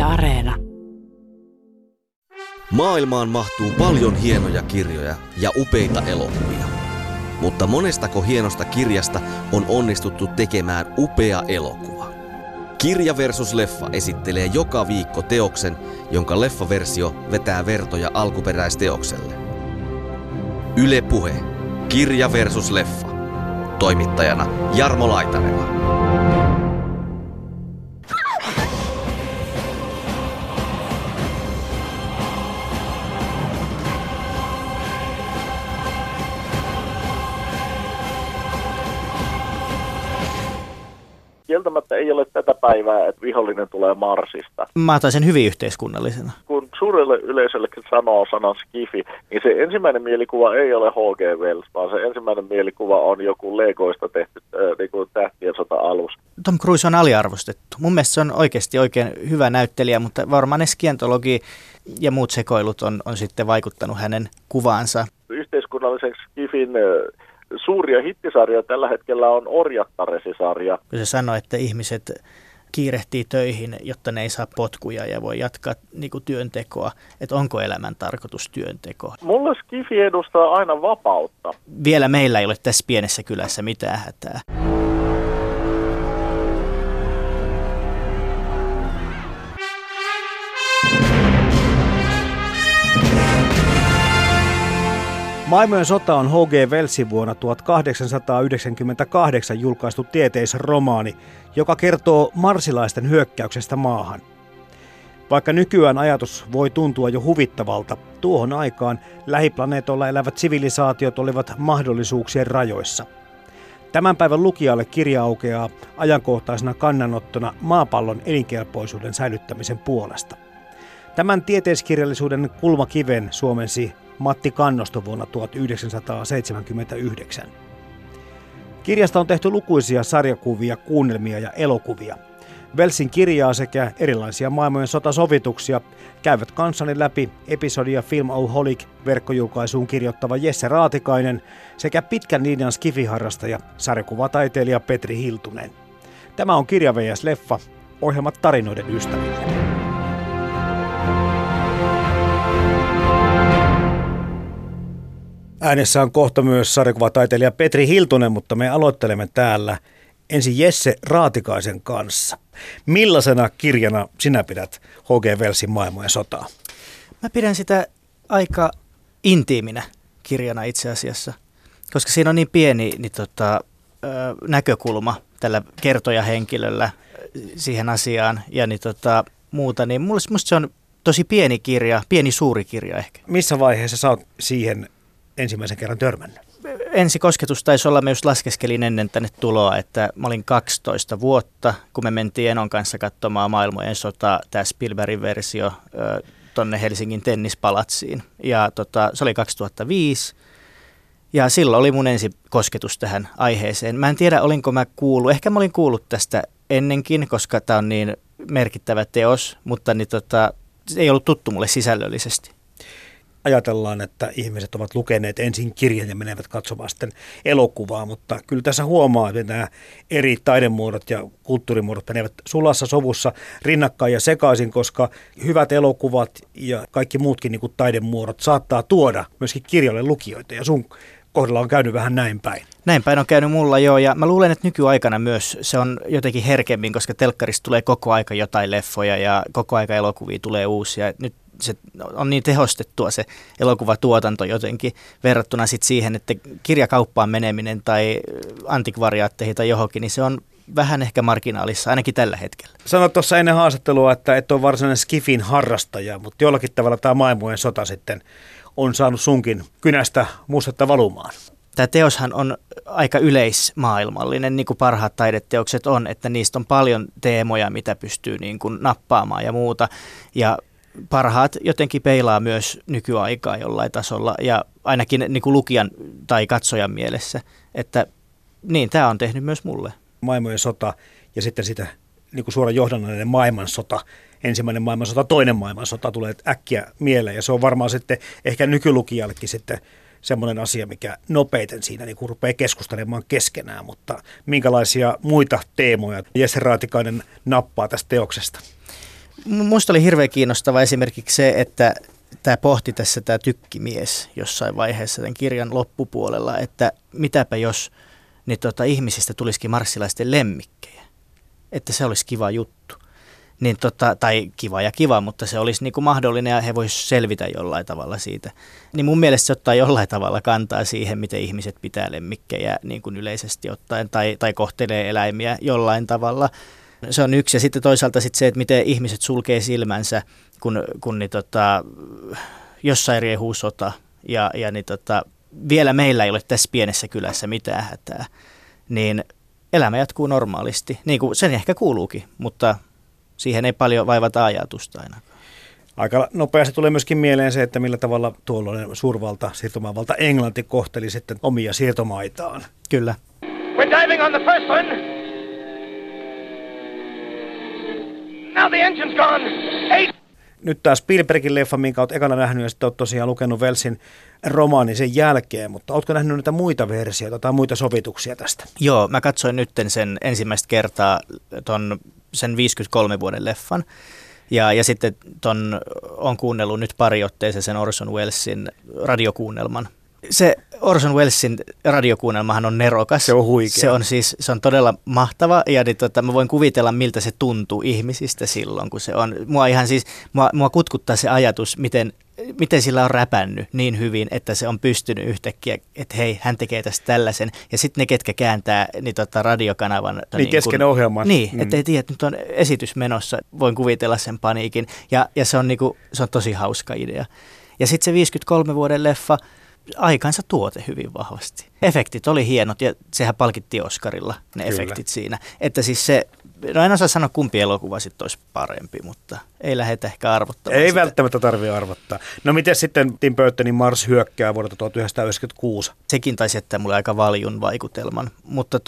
Areena. Maailmaan mahtuu paljon hienoja kirjoja ja upeita elokuvia. Mutta monestako hienosta kirjasta on onnistuttu tekemään upea elokuva? Kirja versus leffa esittelee joka viikko teoksen, jonka leffaversio vetää vertoja alkuperäisteokselle. Yle Puhe. Kirja versus leffa. Toimittajana Jarmo Laitaneva. Kieltämättä ei ole tätä päivää, että vihollinen tulee Marsista. Mä otan sen hyvin yhteiskunnallisena. Kun suurelle yleisöllekin sanoo sanan skifi, niin se ensimmäinen mielikuva ei ole H.G. Wells, vaan se ensimmäinen mielikuva on joku Legoista tehty niin Tähtien sota-alus. Tom Cruise on aliarvostettu. Mun mielestä se on oikeasti oikein hyvä näyttelijä, mutta varmaan ne skientologi ja muut sekoilut on sitten vaikuttanut hänen kuvaansa. Yhteiskunnallisen skifin suuria hittisarjoja tällä hetkellä on Orjattaresi-sarja. Se sanoo, että ihmiset kiirehtii töihin, jotta ne ei saa potkuja ja voi jatkaa työntekoa. Että onko elämän tarkoitus työnteko? Mulle skifi edustaa aina vapautta. Vielä meillä ei ole tässä pienessä kylässä mitään hätää. Maailmojen sota on H.G. Wellsin vuonna 1898 julkaistu tieteisromaani, joka kertoo marsilaisten hyökkäyksestä maahan. Vaikka nykyään ajatus voi tuntua jo huvittavalta, tuohon aikaan lähiplaneetoilla elävät sivilisaatiot olivat mahdollisuuksien rajoissa. Tämän päivän lukijalle kirja aukeaa ajankohtaisena kannanottona maapallon elinkelpoisuuden säilyttämisen puolesta. Tämän tieteiskirjallisuuden kulmakiven suomensi Matti Kannosto vuonna 1979. Kirjasta on tehty lukuisia sarjakuvia, kuunnelmia ja elokuvia. Wellsin kirjaa sekä erilaisia maailmojen sotasovituksia käyvät kanssani läpi episodia Filmaholic verkkojulkaisuun kirjoittava Jesse Raatikainen sekä pitkän linjan skifiharrastaja, sarjakuvataiteilija Petri Hiltunen. Tämä on Kirja vs. Leffa, ohjelmat tarinoiden ystäville. Äänessä on kohta myös sarjakuvataiteilija Petri Hiltunen, mutta me aloittelemme täällä ensin Jesse Raatikaisen kanssa. Millaisena kirjana sinä pidät H.G. Wellsin Maailmojen sotaa? Mä pidän sitä aika intiiminä kirjana itse asiassa, koska siinä on niin pieni näkökulma tällä kertojahenkilöllä siihen asiaan ja muuta, niin musta se on tosi pieni kirja, pieni suuri kirja ehkä. Missä vaiheessa sä oot siihen ensimmäisen kerran törmännyt? Ensi kosketus taisi olla, mä just laskeskelin ennen tänne tuloa, että mä olin 12 vuotta, kun me mentiin Enon kanssa katsomaan Maailmojen sota, tämä Spielbergin versio tonne Helsingin tennispalatsiin. Ja se oli 2005 ja silloin oli mun ensi kosketus tähän aiheeseen. Mä en tiedä, olinko mä kuullut, ehkä mä olin kuullut tästä ennenkin, koska tää on niin merkittävä teos, mutta se ei ollut tuttu mulle sisällöllisesti. Ajatellaan, että ihmiset ovat lukeneet ensin kirjan ja menevät katsomaan sitten elokuvaa, mutta kyllä tässä huomaa, että nämä eri taidemuodot ja kulttuurimuodot menevät sulassa sovussa rinnakkain ja sekaisin, koska hyvät elokuvat ja kaikki muutkin niin kuin taidemuodot saattaa tuoda myöskin kirjalle lukijoita ja sun kohdalla on käynyt vähän näin päin. Näin päin on käynyt mulla joo, ja mä luulen, että nykyaikana myös se on jotenkin herkemmin, koska telkkarista tulee koko aika jotain leffoja ja koko aika elokuvia tulee uusia. Nyt se on niin tehostettua se elokuvatuotanto jotenkin verrattuna sit siihen, että kirjakauppaan meneminen tai antikvariaatteihin tai johonkin, niin se on vähän ehkä marginaalissa, ainakin tällä hetkellä. Sanoit tuossa ennen haastattelua, että et ole varsinainen skifin harrastaja, mutta jollakin tavalla tämä Maailmojen sota sitten on saanut sunkin kynästä mustetta valumaan. Tämä teoshan on aika yleismaailmallinen, niin kuin parhaat taideteokset on, että niistä on paljon teemoja, mitä pystyy niin kuin nappaamaan ja muuta. Ja parhaat jotenkin peilaa myös nykyaikaa jollain tasolla ja ainakin niin kuin lukijan tai katsojan mielessä, että niin tämä on tehnyt myös mulle. Maailmojen sota ja sitten sitä niin kuin suora johdannainen maailmansota, ensimmäinen maailmansota, toinen maailmansota tulee äkkiä mieleen ja se on varmaan sitten ehkä nykylukijallekin sitten semmoinen asia, mikä nopeiten siinä niin kuin rupeaa keskustelemaan keskenään, mutta minkälaisia muita teemoja Jesse Raatikainen nappaa tästä teoksesta? Musta oli hirveän kiinnostava esimerkiksi se, että tämä pohti tässä tämä tykkimies jossain vaiheessa tämän kirjan loppupuolella, että mitäpä jos niin ihmisistä tulisikin marssilaisten lemmikkejä, että se olisi kiva juttu. Niin tai kiva, mutta se olisi niin kuin mahdollinen ja he voisivat selvitä jollain tavalla siitä. Niin mun mielestä se ottaa jollain tavalla kantaa siihen, miten ihmiset pitää lemmikkejä niin kuin yleisesti ottaen tai kohtelee eläimiä jollain tavalla. Se on yksi ja sitten toisaalta sitten se, että miten ihmiset sulkee silmänsä, kun jossain riehuu sota ja vielä meillä ei ole tässä pienessä kylässä mitään hätää, niin elämä jatkuu normaalisti, niin kuin sen ehkä kuuluukin, mutta siihen ei paljon vaivata ajatusta ainakaan. Aika nopeasti tulee myöskin mieleen se, että millä tavalla tuolloinen suurvalta, siirtomaavalta Englanti kohteli sitten omia siirtomaitaan. Kyllä. We're diving on the first one. Now the engine's gone. 8. Nyt taas Spielbergin leffa, minkä olet ekana nähnyt ja sitten olet tosiaan lukenut Wellesin romaanin sen jälkeen, mutta oletko nähnyt niitä muita versioita tai muita sovituksia tästä? Joo, mä katsoin nyt sen ensimmäistä kertaa sen 53 vuoden leffan ja sitten on kuunnellut nyt pari otteeseen sen Orson Wellesin radiokuunnelman. Se Orson Wellesin radiokuunnelmahan on nerokas. Se on huikea. Se on todella mahtava ja mä voin kuvitella, miltä se tuntuu ihmisistä silloin, kun se on. Mua kutkuttaa se ajatus, miten sillä on räpännyt niin hyvin, että se on pystynyt yhtäkkiä, että hei, hän tekee tästä tällaisen. Ja sitten ne, ketkä kääntää radiokanavan. Niin kesken ohjelman. Niin, ettei tiedä, että nyt on esitys menossa. Voin kuvitella sen paniikin. Ja se on tosi hauska idea. Ja sitten se 53 vuoden leffa, aikansa tuote hyvin vahvasti. Efektit oli hienot ja sehän palkittiin Oscarilla ne Kyllä. efektit siinä. Että siis se, en osaa sanoa kumpi elokuva sitten olisi parempi, mutta ei lähdetä ehkä arvottamaan Ei sitä. välttämättä tarvitse arvottaa. No miten sitten Tim Burtonin Mars hyökkää vuodelta 1996? Sekin taisi jättää mulle aika valjun vaikutelman, mutta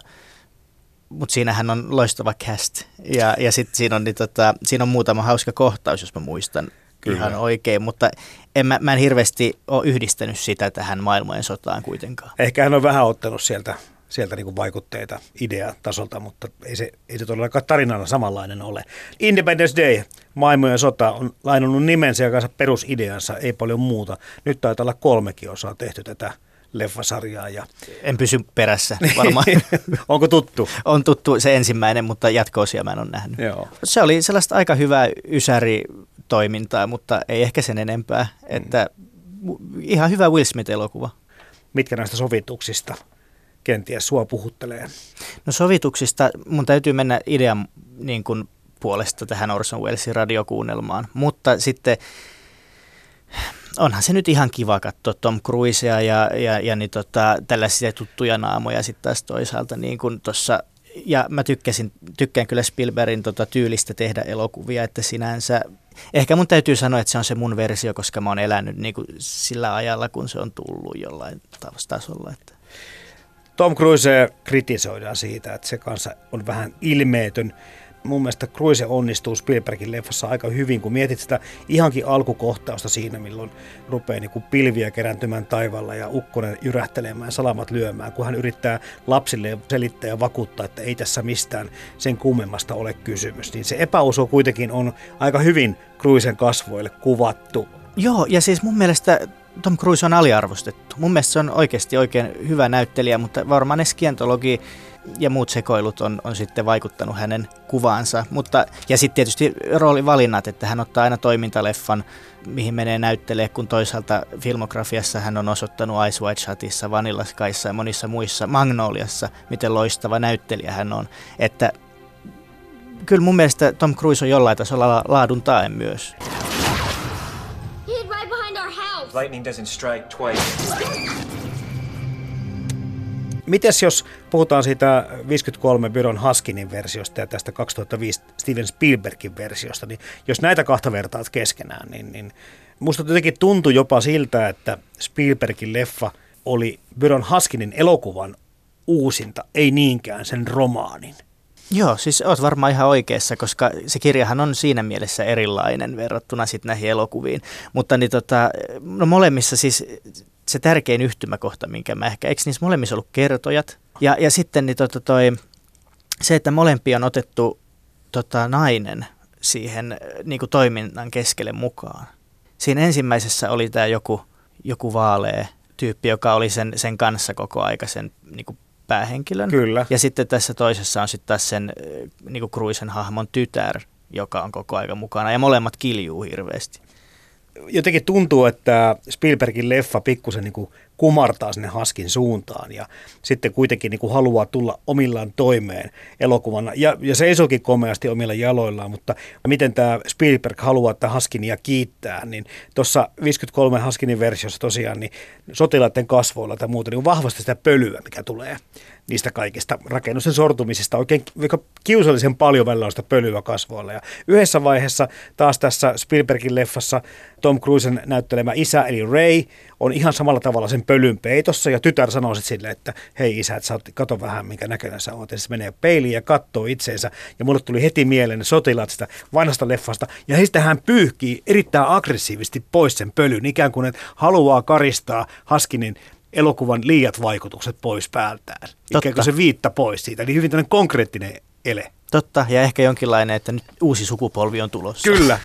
siinähän on loistava cast ja sitten siinä on muutama hauska kohtaus, jos mä muistan. Kyllä. Ihan oikein, mutta mä en hirveästi ole yhdistänyt sitä tähän maailmojen sotaan kuitenkaan. Ehkä hän on vähän ottanut sieltä niin kuin vaikutteita ideatasolta, mutta ei se todellakaan tarinana samanlainen ole. Independence Day, maailmojen sota, on lainannut nimensä ja kanssa perusideansa, ei paljon muuta. Nyt taitaa olla 3 osaa tehty tätä leffasarjaa. En pysy perässä varmaan. Onko tuttu? On tuttu se ensimmäinen, mutta jatko-osia mä en ole nähnyt. Joo. Se oli sellaista aika hyvää ysäritoimintaa, mutta ei ehkä sen enempää. Että ihan hyvä Will Smith-elokuva. Mitkä näistä sovituksista kenties sua puhuttelee? No sovituksista mun täytyy mennä idean niin kuin puolesta tähän Orson Wellesin radiokuunnelmaan, mutta sitten onhan se nyt ihan kiva katsoa Tom Cruisea ja tällaisia tuttuja naamoja sitten taas toisaalta niin kuin tuossa. Ja mä tykkään kyllä Spielbergin tyylistä tehdä elokuvia, että sinänsä ehkä mun täytyy sanoa, että se on se mun versio, koska mä oon elänyt niin kuin sillä ajalla, kun se on tullut jollain tasolla. Että. Tom Cruise kritisoidaan siitä, että se kanssa on vähän ilmeetön. Mun mielestä Cruise onnistuu Spielbergin leffassa aika hyvin, kun mietit sitä ihankin alkukohtausta siinä, milloin rupeaa niin kuin pilviä kerääntymään taivaalla ja ukkonen jyrähtelemään, salamat lyömään, kun hän yrittää lapsille selittää ja vakuuttaa, että ei tässä mistään sen kummemmasta ole kysymys. Niin se epäusko kuitenkin on aika hyvin Cruisen kasvoille kuvattu. Joo, ja siis mun mielestä Tom Cruise on aliarvostettu. Mun mielestä se on oikeasti oikein hyvä näyttelijä, mutta varmaan ne skientologi ja muut sekoilut on sitten vaikuttanut hänen kuvaansa. Ja sitten tietysti roolivalinnat, että hän ottaa aina toimintaleffan, mihin menee näyttelee, kun toisaalta filmografiassa hän on osoittanut Ice White Shotissa, Vanilla Skyssa ja monissa muissa, Magnoliassa, miten loistava näyttelijä hän on. Että kyllä mun mielestä Tom Cruise on jollain tasolla laadun tae myös. Lightning doesn't strike twice. Mites jos puhutaan siitä 53 Byron Haskinin versiosta ja tästä 2005 Steven Spielbergin versiosta, niin jos näitä kahta vertaat keskenään, niin musta jotenkin tuntui jopa siltä, että Spielbergin leffa oli Byron Haskinin elokuvan uusinta, ei niinkään sen romaanin. Joo, siis oot varmaan ihan oikeassa, koska se kirjahan on siinä mielessä erilainen verrattuna sitten näihin elokuviin. Mutta no molemmissa siis se tärkein yhtymäkohta, minkä mä ehkä, eikö niissä molemmissa ollut kertojat? Ja sitten se, että molempia on otettu nainen siihen niin kuin toiminnan keskelle mukaan. Siinä ensimmäisessä oli tämä joku vaalea tyyppi, joka oli sen kanssa koko aika sen niin kuin päähenkilön. Kyllä. Ja sitten tässä toisessa on sitten taas sen niin kuin Cruisen hahmon tytär, joka on koko aika mukana. Ja molemmat kiljuu hirveästi. Jotenkin tuntuu, että Spielbergin leffa pikkusen niin kuin kumartaa sinne Huskin suuntaan ja sitten kuitenkin niin kuin haluaa tulla omillaan toimeen elokuvana. Ja seisokin komeasti omilla jaloillaan, mutta miten tämä Spielberg haluaa tätä Huskinia kiittää, niin tuossa 53 Huskinin versiossa tosiaan niin sotilaiden kasvoilla tai muuta niin vahvasti sitä pölyä, mikä tulee niistä kaikista rakennusten sortumisista. Oikein kiusallisen paljon välillä on sitä pölyä kasvoilla. Ja yhdessä vaiheessa taas tässä Spielbergin leffassa Tom Cruisen näyttelemä isä eli Ray on ihan samalla tavalla sen pölyn peitossa ja tytär sanoo sitten silleen, että hei isä, että kato vähän minkä näköinen sä oot. Ja se menee peiliin ja katsoo itseensä ja mulle tuli heti mieleen ne sotilaat sitä vanhasta leffasta ja sitten hän pyyhkii erittäin aggressiivisesti pois sen pölyn ikään kuin että haluaa karistaa Huskinin elokuvan liiat vaikutukset pois päältään. Ikään kuin se viitta pois siitä, eli hyvin tämmöinen konkreettinen ele. Totta, ja ehkä jonkinlainen, että nyt uusi sukupolvi on tulossa. Kyllä.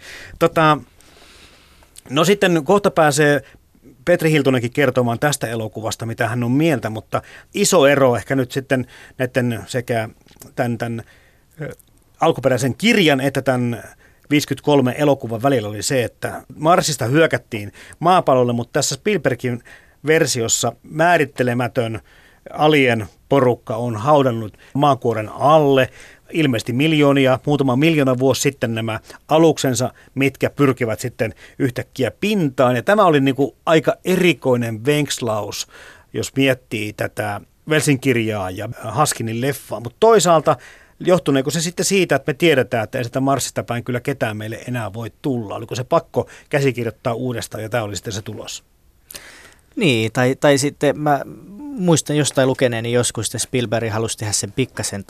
No sitten kohta pääsee Petri Hiltunenkin kertomaan tästä elokuvasta, mitä hän on mieltä, mutta iso ero ehkä nyt sitten näiden sekä tämän alkuperäisen kirjan että tämän 53 elokuvan välillä oli se, että Marsista hyökättiin maapallolle, mutta tässä Spielbergin versiossa määrittelemätön alien porukka on haudannut maankuoren alle ilmeisesti muutama miljoona vuosi sitten nämä aluksensa, mitkä pyrkivät sitten yhtäkkiä pintaan. Ja tämä oli niin kuin aika erikoinen venkslaus, jos miettii tätä Welsin kirjaa ja Huskinin leffaa. Mutta toisaalta johtuneeko se sitten siitä, että me tiedetään, että ei sitä Marsista päin kyllä ketään meille enää voi tulla. Oliko se pakko käsikirjoittaa uudestaan ja tämä oli sitten se tulos? Niin, tai sitten mä muistan jostain lukeneeni joskus, että Spielberg halusi tehdä sen pikkasen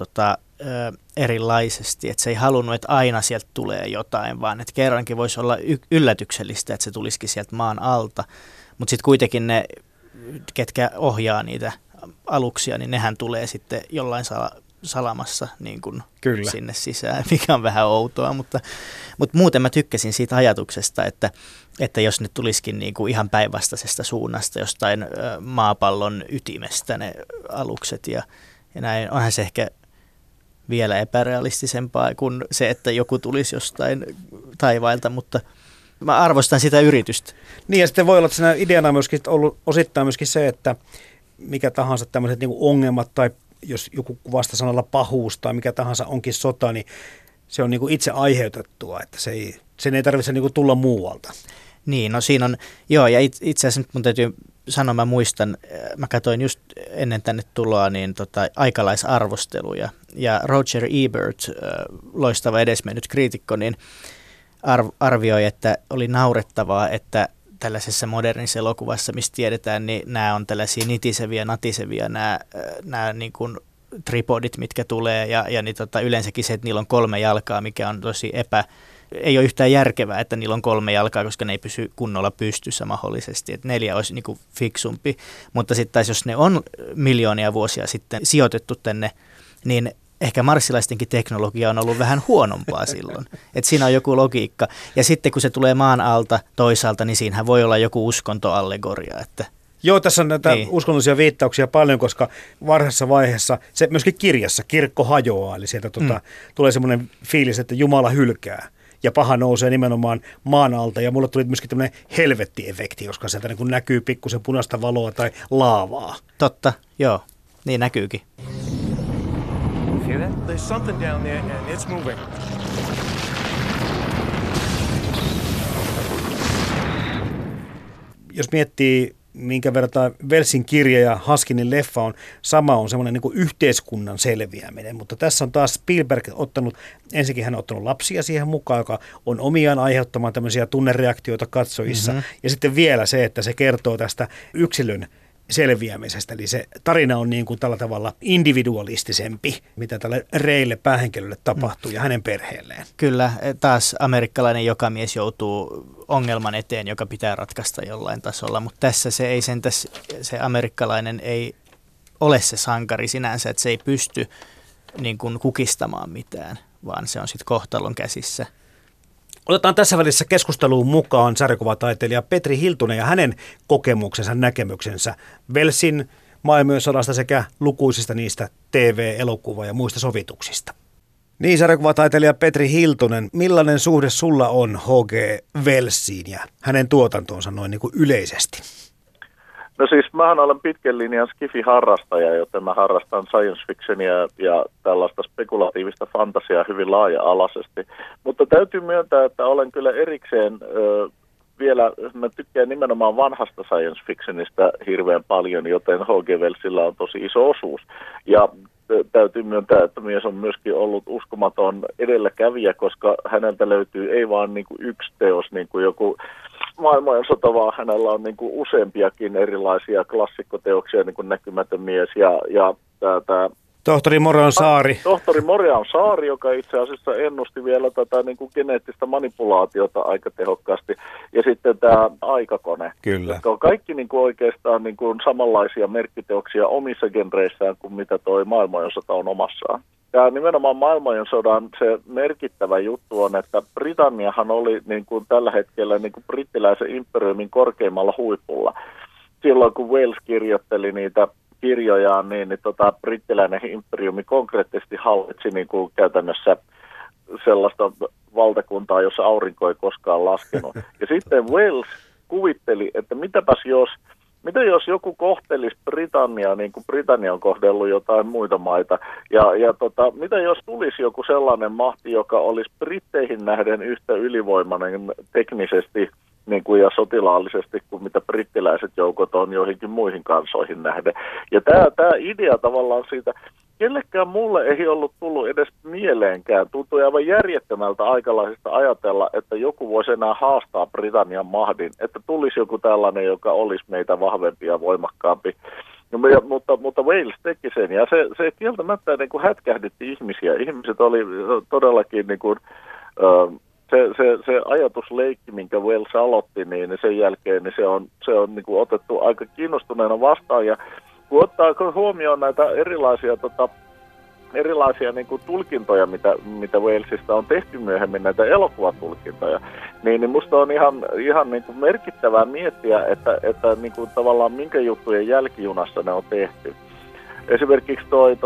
erilaisesti, että se ei halunnut, että aina sieltä tulee jotain, vaan että kerrankin voisi olla yllätyksellistä, että se tulisikin sieltä maan alta, mutta sitten kuitenkin ne, ketkä ohjaa niitä aluksia, niin nehän tulee sitten jollain salamassa niin kuin sinne sisään, mikä on vähän outoa, mutta muuten mä tykkäsin siitä ajatuksesta, että jos nyt tulisikin niin kuin ihan päinvastaisesta suunnasta, jostain maapallon ytimestä ne alukset ja näin, onhan se ehkä vielä epärealistisempaa kuin se, että joku tulisi jostain taivailta, mutta mä arvostan sitä yritystä. Niin ja sitten voi olla, että siinä ideana myöskin ollut osittain myöskin se, että mikä tahansa tämmöiset niin kuin ongelmat tai jos joku kuvasta sanalla pahuus tai mikä tahansa onkin sota, niin se on niin kuin itse aiheutettua, että sen ei tarvitse niin kuin tulla muualta. Niin, no siinä on, joo, ja itse asiassa nyt mun täytyy sanoa, mä muistan, mä katsoin just ennen tänne tuloa niin aikalaisarvosteluja, ja Roger Ebert, loistava edesmennyt kriitikko, niin arvioi, että oli naurettavaa, että tällaisessa modernissa elokuvassa, mistä tiedetään, niin nämä on tällaisia natisevia nämä niin kuin tripodit, mitkä tulee, ja niin yleensäkin se, että niillä on 3 jalkaa, mikä on tosi ei ole yhtään järkevää, että niillä on 3 jalkaa, koska ne ei pysy kunnolla pystyssä mahdollisesti, että 4 olisi niin kuin fiksumpi, mutta sitten taas jos ne on miljoonia vuosia sitten sijoitettu tänne, niin ehkä marsilaistenkin teknologia on ollut vähän huonompaa silloin. Että siinä on joku logiikka. Ja sitten kun se tulee maan alta toisaalta, niin siinähän voi olla joku uskontoallegoria. Että joo, tässä on näitä uskonnollisia viittauksia paljon, koska varhaisessa vaiheessa, se myöskin kirjassa, kirkko hajoaa. Eli sieltä tulee semmoinen fiilis, että Jumala hylkää. Ja paha nousee nimenomaan maan alta. Ja mulle tuli myöskin tämmöinen helvettiefekti, koska sieltä niin kun näkyy pikkusen punaista valoa tai laavaa. Totta, joo. Niin näkyykin. See that? There's something down there and it's moving. Jos miettii, minkä verran Welsin kirja ja Huskinin leffa on semmoinen niin kuin yhteiskunnan selviäminen, mutta tässä on taas Spielberg ensinnäkin hän on ottanut lapsia siihen mukaan, joka on omiaan aiheuttamaan tämmöisiä tunnereaktioita katsojissa, ja sitten vielä se, että se kertoo tästä yksilön selviämisestä, eli se tarina on niin kuin tällä tavalla individualistisempi, mitä tälle Raylle päähenkilölle tapahtuu ja hänen perheelleen. Kyllä, taas amerikkalainen jokamies joutuu ongelman eteen, joka pitää ratkaista jollain tasolla, mutta tässä se amerikkalainen ei ole se sankari sinänsä, että se ei pysty niin kuin kukistamaan mitään, vaan se on sitten kohtalon käsissä. Otetaan tässä välissä keskusteluun mukaan sarjakuvataiteilija Petri Hiltunen ja hänen kokemuksensa, näkemyksensä Walesin maailmojen sodasta sekä lukuisista niistä TV-elokuva- ja muista sovituksista. Niin, sarjakuvataiteilija Petri Hiltunen, millainen suhde sulla on H.G. Walesiin ja hänen tuotantoonsa noin niin kuin yleisesti? No siis mähän olen pitkän linjan skifi-harrastaja, joten mä harrastan science fictionia ja tällaista spekulatiivista fantasiaa hyvin laaja-alaisesti. Mutta täytyy myöntää, että olen kyllä erikseen vielä, mä tykkään nimenomaan vanhasta science fictionista hirveän paljon, joten H.G. Wellsillä on tosi iso osuus. Ja täytyy myöntää, että mies on myöskin ollut uskomaton edelläkävijä, koska häneltä löytyy ei vaan niin kuin yksi teos, niin kuin joku maailmojen sota, vaan hänellä on niin kuin useampiakin erilaisia klassikkoteoksia, niin kuin Näkymätön mies ja tämä Tohtori Morean saari. Tohtori Morean saari, joka itse asiassa ennusti vielä tätä niin kuin geneettistä manipulaatiota aika tehokkaasti. Ja sitten tämä aikakone. Kyllä. Jotka on kaikki niin kuin oikeastaan niin kuin samanlaisia merkkiteoksia omissa genreissään kuin mitä toi maailmojen sota on omassaan. Ja nimenomaan maailmojen sodan se merkittävä juttu on, että Britanniahan oli niin kuin tällä hetkellä niin kuin brittiläisen imperiumin korkeimmalla huipulla. Silloin kun Wales kirjoitteli niitä kirjojaan, niin brittiläinen imperiumi konkreettisesti hallitsi niin kuin käytännössä sellaista valtakuntaa, jossa aurinko ei koskaan laskenut. Ja sitten Wales kuvitteli, että mitä jos joku kohtelisi Britanniaa niin kuin Britannia on kohdellut jotain muita maita, ja mitä jos tulisi joku sellainen mahti, joka olisi Britteihin nähden yhtä ylivoimainen teknisesti niin kuin ja sotilaallisesti kuin mitä brittiläiset joukot on joihinkin muihin kansoihin nähden. Ja tämä idea tavallaan siitä, kellekään mulle ei ollut tullut edes mieleenkään. Tuntui aivan järjettömältä aikalaisista ajatella, että joku voisi enää haastaa Britannian mahdin, että tulisi joku tällainen, joka olisi meitä vahvempi ja voimakkaampi. No, mutta Wales teki sen, ja se kieltämättä niin kuin hätkähdytti ihmisiä. Ihmiset oli todellakin niin kuin, se ajatusleikki, minkä Wales aloitti, niin sen jälkeen niin se on niin kuin otettu aika kiinnostuneena vastaan. Ja kun ottaa huomioon näitä erilaisia niin kuin tulkintoja, mitä Walesista on tehty myöhemmin, näitä elokuvatulkintoja, niin musta on ihan niin kuin merkittävää miettiä, että niin kuin tavallaan minkä juttujen jälkijunassa ne on tehty. Esimerkiksi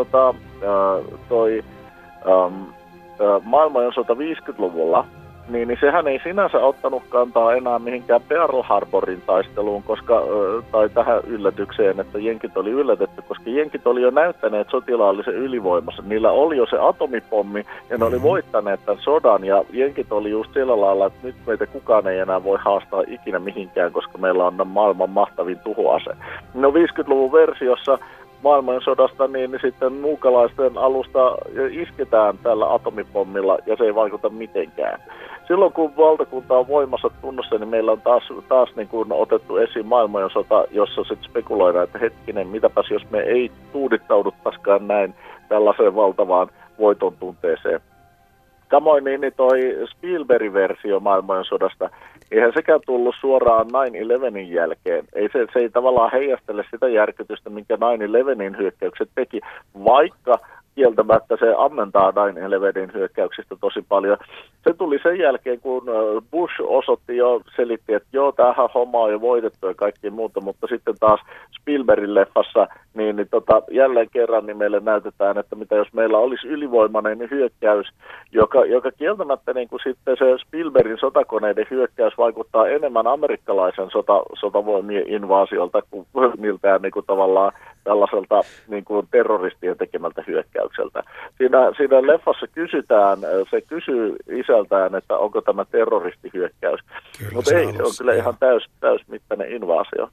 toi maailmojen sota 50-luvulla, niin sehän ei sinänsä ottanut kantaa enää mihinkään Pearl Harborin taisteluun, tai tähän yllätykseen, että jenkit oli yllätetty, koska jenkit oli jo näyttäneet sotilaallisen ylivoimassa. Niillä oli jo se atomipommi, ja ne oli voittaneet tämän sodan, ja jenkit oli just sillä lailla, että nyt meitä kukaan ei enää voi haastaa ikinä mihinkään, koska meillä on maailman mahtavin tuhoase. No 50-luvun versiossa maailman sodasta, niin sitten muukalaisten alusta isketään tällä atomipommilla ja se ei vaikuta mitenkään. Silloin kun valtakunta on voimassa tunnossa, niin meillä on taas niin kuin otettu esiin maailman sota, jossa sitten spekuloidaan, että hetkinen, mitäpäs jos me ei tuudittauduttaisikaan näin tällaiseen valtavaan voiton tunteeseen. Samoin niin toi Spielbergin versio maailman sodasta, eihän sekään tullut suoraan 9/11 jälkeen. Se ei tavallaan heijastele sitä järkytystä, minkä 9/11 hyökkäykset teki, vaikka kieltämättä se ammentaa 9/11 hyökkäyksistä tosi paljon. Se tuli sen jälkeen, kun Bush selitti, että joo, tämähän homma on jo voitettu ja kaikki muuta, mutta sitten taas Spielbergin leffassa, niin jälleen kerran niin meille näytetään, että mitä jos meillä olisi ylivoimainen hyökkäys, joka kieltämättä niin kuin sitten se Spielbergin sotakoneiden hyökkäys vaikuttaa enemmän amerikkalaisen sotavoimien invaasiolta kuin miltään niin kuin tavallaan tällaiselta niin kuin terroristien tekemältä hyökkäykseltä. Siinä leffassa se kysyy isältään, että onko tämä terroristihyökkäys. Mutta ei, se on kyllä ihan täysmittainen invaasio.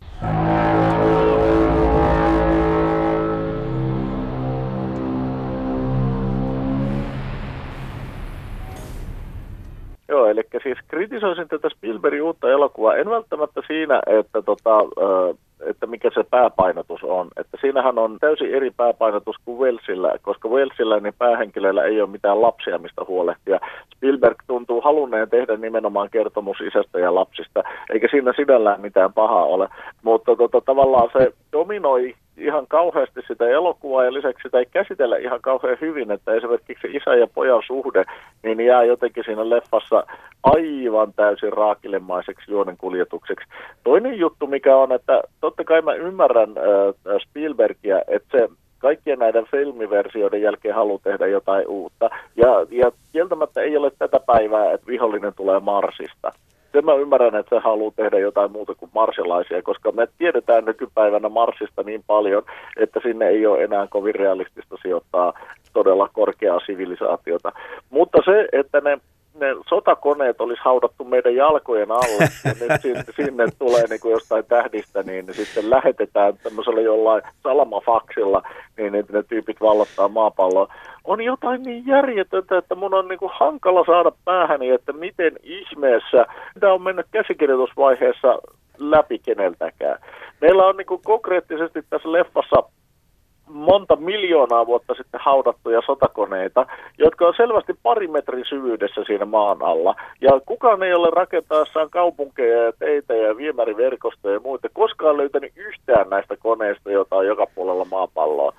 Joo, eli siis kritisoisin tätä Spielbergin uutta elokuvaa, en välttämättä siinä, että mikä se pääpainotus on. Että siinähän on täysin eri pääpainotus kuin Wellsillä, koska Wellsillä niin päähenkilöillä ei ole mitään lapsia, mistä huolehtia. Spielberg tuntuu halunneen tehdä nimenomaan kertomus isästä ja lapsista, eikä siinä sinällään mitään pahaa ole. Mutta tavallaan se dominoi ihan kauheasti sitä elokuvaa ja lisäksi sitä ei käsitellä ihan kauhean hyvin, että esimerkiksi isä ja pojan suhde niin jää jotenkin siinä leffassa aivan täysin raakilemaiseksi juonenkuljetukseksi. Toinen juttu, mikä on, että totta kai mä ymmärrän Spielbergia, että se kaikkien näiden filmiversioiden jälkeen haluaa tehdä jotain uutta. Ja kieltämättä ei ole tätä päivää, että vihollinen tulee Marsista. Sen mä ymmärrän, että se haluaa tehdä jotain muuta kuin marsialaisia, koska me tiedetään nykypäivänä Marsista niin paljon, että sinne ei ole enää kovin realistista sijoittaa todella korkeaa sivilisaatiota. Mutta se, että ne sotakoneet olisi haudattu meidän jalkojen alle, ja nyt sinne tulee niin kuin jostain tähdistä, niin sitten lähetetään tämmöisellä jollain salamafaksilla, niin ne tyypit vallottaa maapalloa. On jotain niin järjetöntä, että mun on niin kuin hankala saada päähäni, että miten ihmeessä, tämä on mennyt käsikirjoitusvaiheessa läpi keneltäkään. Meillä on niin kuin konkreettisesti tässä leffassa monta miljoonaa vuotta sitten haudattuja sotakoneita, jotka on selvästi 2 metrin syvyydessä siinä maan alla. Ja kukaan ei ole rakentaessaan kaupunkeja ja teitä ja viemäriverkostoja ja muita koskaan löytänyt yhtään näistä koneista, joita on joka puolella maapalloa.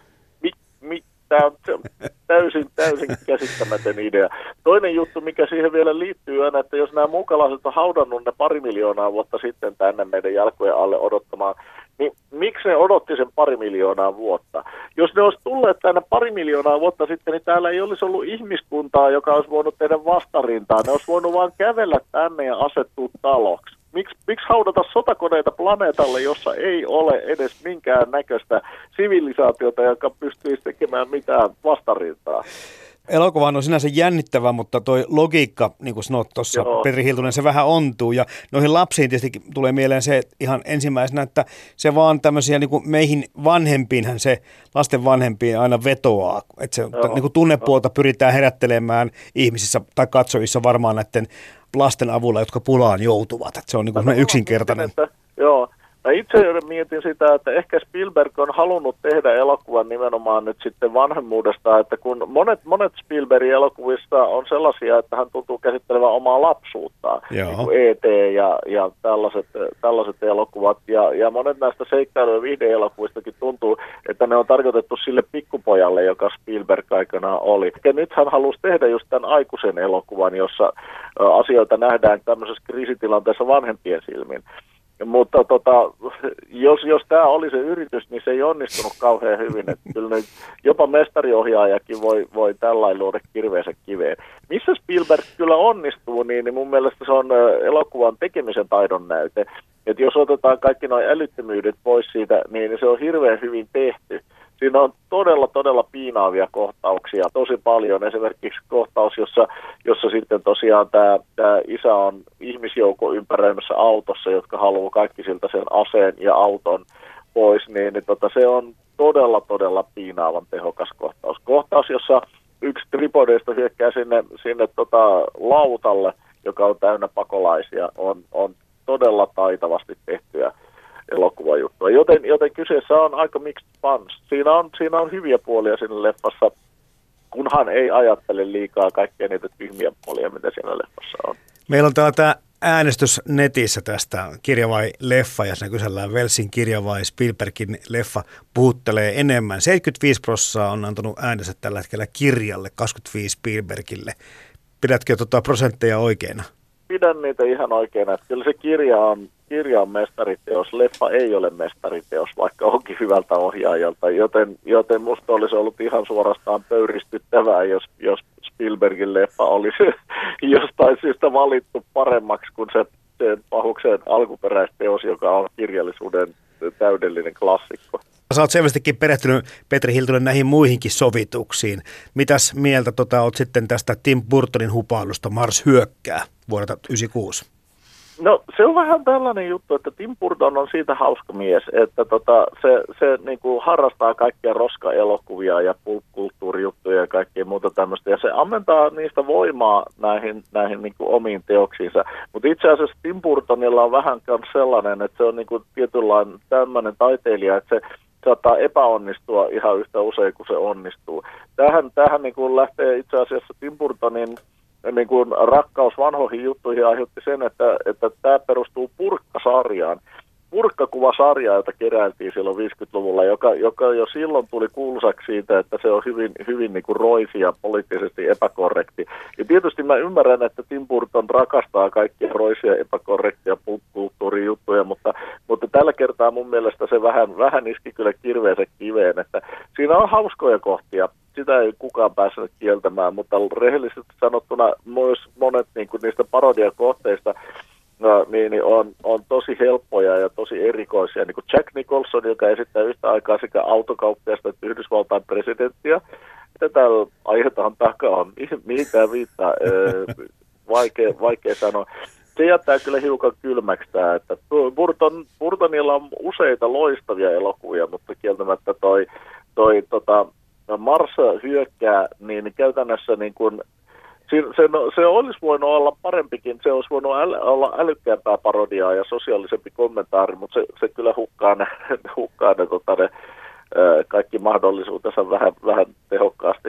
Tämä on täysin käsittämätön idea. Toinen juttu, mikä siihen vielä liittyy, on, että jos nämä muukalaiset on haudannut ne 2 miljoonaa vuotta sitten tänne meidän jalkojen alle odottamaan, niin miksi ne odotti sen 2 miljoonaa vuotta? Jos ne olisi tulleet tänne 2 miljoonaa vuotta sitten, niin täällä ei olisi ollut ihmiskuntaa, joka olisi voinut tehdä vastarintaa. Ne olisi voinut vaan kävellä tänne ja asettua taloksi. Miksi haudata sotakoneita planeetalle, jossa ei ole edes minkään näköistä sivilisaatiota, joka pystyisi tekemään mitään vastarintaa? Elokuva on sinänsä jännittävä, mutta toi logiikka, niin kuin sanot tuossa, Petri Hiltunen, se vähän ontuu. Ja noihin lapsiin tietysti tulee mieleen se ihan ensimmäisenä, että se vaan tämmöisiä niin kuin meihin vanhempiinhän se lasten vanhempiin aina vetoaa. Että se niin kuin tunnepuolta pyritään herättelemään ihmisissä tai katsojissa varmaan näiden lasten avulla, jotka pulaan joutuvat. Että se on niin kuin yksinkertainen. Joo. Mä itse mietin sitä, että ehkä Spielberg on halunnut tehdä elokuvan nimenomaan nyt sitten vanhemmuudesta, että kun monet Spielbergin elokuvista on sellaisia, että hän tuntuu käsittelevän omaa lapsuuttaan, niin kuin E.T. ja tällaiset elokuvat, ja monet näistä seikkailu- ja viihde-elokuvistakin tuntuu, että ne on tarkoitettu sille pikkupojalle, joka Spielberg aikanaan oli. Ja nyt hän halusi tehdä just tämän aikuisen elokuvan, jossa asioita nähdään tämmöisessä kriisitilanteessa vanhempien silmin. Mutta jos tämä oli se yritys, niin se ei onnistunut kauhean hyvin. Että kyllä jopa mestariohjaajakin voi tällainen luoda kirveensä kiveen. Missä Spielberg kyllä onnistuu, niin mun mielestä se on elokuvan tekemisen taidon näyte. Että jos otetaan kaikki nuo älyttömyydet pois siitä, niin se on hirveän hyvin tehty. Siinä on todella piinaavia kohtauksia, tosi paljon. Esimerkiksi kohtaus, jossa sitten tosiaan tämä isä on ihmisjoukko ympäröimässä autossa, jotka haluaa kaikki siltä sen aseen ja auton pois, niin se on todella piinaavan tehokas kohtaus. Kohtaus, jossa yksi tripodeista hyökkää sinne lautalle, joka on täynnä pakolaisia, on todella taitavasti tehtyä elokuvajuttua. Joten kyseessä on aika mixed bunch. Siinä on hyviä puolia siinä leffassa, kunhan ei ajattele liikaa kaikkia niitä tyhmiä puolia, mitä siinä leffassa on. Meillä on täällä tämä äänestys netissä tästä kirja vai leffa, ja siinä kysellään Wellsin kirja vai Spielbergin leffa puhuttelee enemmän. 75% on antanut äänensä tällä hetkellä kirjalle, 25% Spielbergille. Pidätkö prosentteja oikeina? Pidän niitä ihan oikeina. Kyllä se kirja on mestariteos, leffa ei ole mestariteos, vaikka onkin hyvältä ohjaajalta, joten musta olisi ollut ihan suorastaan pöyristyttävää, jos Spielbergin leffa olisi jostain syystä valittu paremmaksi kuin se pahuksen alkuperäisteos, joka on kirjallisuuden täydellinen klassikko. Sä oot selvästikin perehtynyt, Petri Hiltunen, näihin muihinkin sovituksiin. Mitäs mieltä oot sitten tästä Tim Burtonin hupailusta Mars hyökkää vuodelta 1996? No se on vähän tällainen juttu, että Tim Burton on siitä hauska mies, että se niin kuin harrastaa kaikkia roska-elokuvia ja kulttuurijuttuja ja kaikkea muuta tämmöistä, ja se ammentaa niistä voimaa näihin niin kuin omiin teoksiinsa. Mutta itse asiassa Tim Burtonilla on vähän sellainen, että se on niin kuin tietynlainen tämmöinen taiteilija, että se saattaa epäonnistua ihan yhtä usein kuin se onnistuu. Tähän niin kuin lähtee itse asiassa Tim Burtonin niin kuin rakkaus vanhoihin juttuihin aiheutti sen, että tämä perustuu Purkka-sarjaan. purkkakuvasarja, jota keräiltiin silloin 50-luvulla, joka jo silloin tuli kuuluisaksi siitä, että se on hyvin niin kuin roisi ja poliittisesti epäkorrekti. Ja tietysti mä ymmärrän, että Tim Burton rakastaa kaikkia roisia, epäkorrektia kulttuurijuttuja, mutta tällä kertaa mun mielestä se vähän iski kyllä kirveensä kiveen, että siinä on hauskoja kohtia. Sitä ei kukaan päässyt kieltämään, mutta rehellisesti sanottuna myös monet niin kuin niistä parodiakohteista niin on tosi helppoja ja tosi erikoisia. Niin kuin Jack Nicholson, joka esittää yhtä aikaa sekä autokauppiasta että Yhdysvaltain presidenttiä. Mitä täällä aiheutaan takaa on? Mihin tämä viittaa? Vaikea sanoa. Se jättää kyllä hiukan kylmäksi tämä, että Burtonilla on useita loistavia elokuvia, mutta kieltämättä toi Mars hyökkää, niin käytännössä niin kuin se olisi voinut olla parempikin, se olisi voinut olla älykkäämpää parodiaa ja sosiaalisempi kommentaari, mutta se kyllä hukkaa ne kaikki mahdollisuutensa vähän tehokkaasti.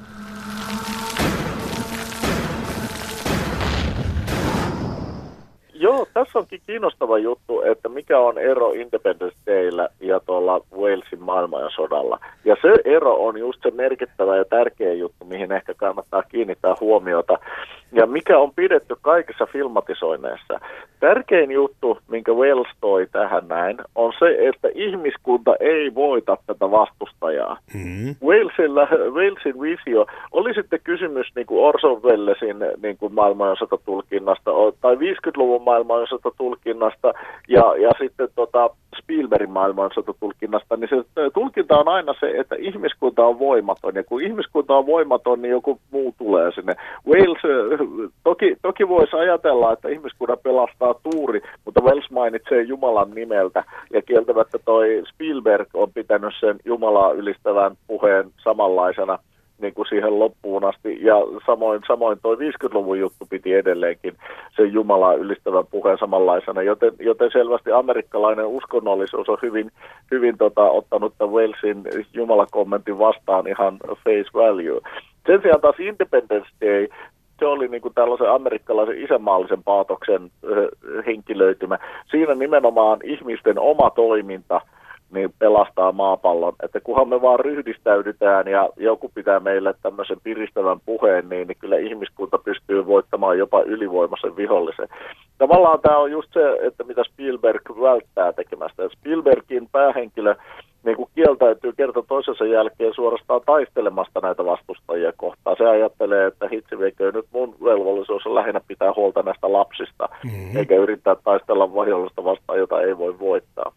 Joo, tässä onkin kiinnostava juttu, että mikä on ero Independence Dayllä ja tuolla Walesin maailmansodalla. Ja se ero on just se merkittävä ja tärkeä juttu, mihin ehkä kannattaa kiinnittää huomiota. Ja mikä on pidetty kaikissa filmatisoinneissa. Tärkein juttu, minkä Wales toi tähän näin, on se, että ihmiskunta ei voita tätä vastustajaa. Mm-hmm. Walesin visio, oli sitten kysymys niin kuin Orson Wellesin niin kuin maailmansotatulkinnasta tai 50-luvun maailmansotatulkinnasta ja sitten Spielbergin maailmansotatulkinnasta, niin se tulkinta on aina se, että ihmiskunta on voimaton, ja kun ihmiskunta on voimaton, niin joku muu tulee sinne. Wales, toki voisi ajatella, että ihmiskunnan pelastaa tuuri, mutta Wales mainitsee Jumalan nimeltä, ja kieltämättä toi Spielberg on pitänyt sen Jumalaa ylistävän puheen samanlaisena niin kuin siihen loppuun asti, ja samoin toi 50-luvun juttu piti edelleenkin sen Jumalaa ylistävän puheen samanlaisena, joten selvästi amerikkalainen uskonnollisuus on hyvin ottanut tämän Walesin Jumala-kommentin vastaan ihan face value. Sen sijaan taas Independence Day, se oli niin kuin tällaisen amerikkalaisen isänmaallisen paatoksen henkilöitymä. Siinä nimenomaan ihmisten oma toiminta niin pelastaa maapallon. Että kunhan me vaan ryhdistäydytään ja joku pitää meille tämmöisen piristävän puheen, niin kyllä ihmiskunta pystyy voittamaan jopa ylivoimaisen vihollisen. Tavallaan tämä on just se, että mitä Spielberg välttää tekemästä. Spielbergin päähenkilö niin kuin kieltäytyy kerta toisensa jälkeen suorastaan taistelemasta näitä vastustajia kohtaan. Se ajattelee, että hitsi veikö nyt mun velvollisuus on lähinnä pitää huolta näistä lapsista, eikä yrittää taistella vahingollista vastaan, jota ei voi voittaa.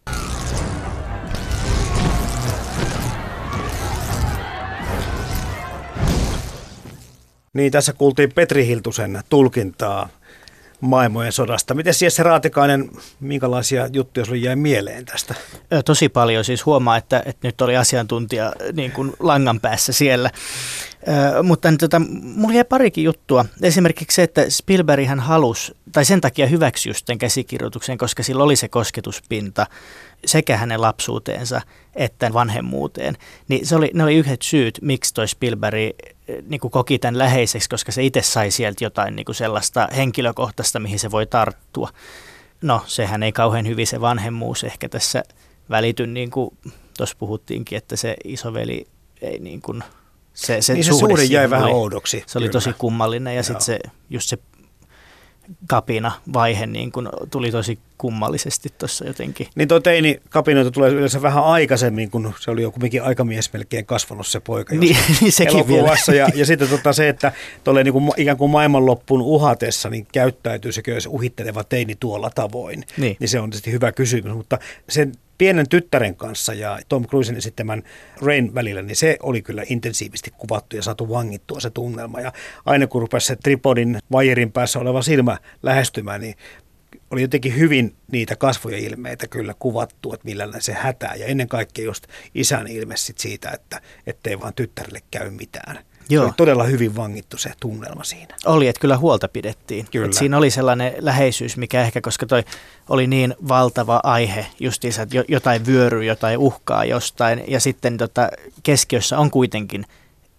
Niin, tässä kuultiin Petri Hiltusen tulkintaa maailmojen sodasta. Miten Jesse Raatikainen, minkälaisia juttuja sinulle jäi mieleen tästä? Tosi paljon. Siis huomaa, että nyt oli asiantuntija niin kuin langan päässä siellä. Mutta mulla jäi parikin juttua. Esimerkiksi se, että Spielberg hän halusi, tai sen takia hyväksyi just tämän käsikirjoituksen, koska sillä oli se kosketuspinta sekä hänen lapsuuteensa että vanhemmuuteen. Niin ne oli yhdet syyt, miksi toi Spielberg niin kuin koki tämän läheiseksi, koska se itse sai sieltä jotain niin kuin sellaista henkilökohtaista, mihin se voi tarttua. No, sehän ei kauhean hyvin se vanhemmuus ehkä tässä välity, niin kuin tuossa puhuttiinkin, että se isoveli ei niin kuin se suhde jäi vähän oudoksi. Se oli tosi kummallinen ja sitten se kapina vaihe niin kun tuli tosi kummallisesti tuossa jotenkin. Niin tuo teini kapinoita tulee yleensä vähän aikaisemmin, kun se oli jo kuitenkin aikamies melkein kasvanut se poika niin sekin vielä. Ja sitten se, että tuolle niin kuin ikään kuin maailmanloppuun uhatessa, niin käyttäytyisikö se uhitteleva teini tuolla tavoin? Niin se on tietysti hyvä kysymys, mutta sen pienen tyttären kanssa ja Tom Cruisen esittämän Rain välillä, niin se oli kyllä intensiivisesti kuvattu ja saatu vangittua se tunnelma. Ja aina kun rupesi se tripodin vaijerin päässä oleva silmä lähestymään, niin oli jotenkin hyvin niitä kasvoja ilmeitä kyllä kuvattu, että millä se hätää. Ja ennen kaikkea just isän ilme siitä, että ettei vaan tyttärelle käy mitään. Joo. Se oli todella hyvin vangittu se tunnelma siinä. Oli, että kyllä huolta pidettiin. Kyllä. Siinä oli sellainen läheisyys, mikä ehkä, koska toi oli niin valtava aihe justiinsa, että jotain vyöryy, jotain uhkaa jostain. Ja sitten keskiössä on kuitenkin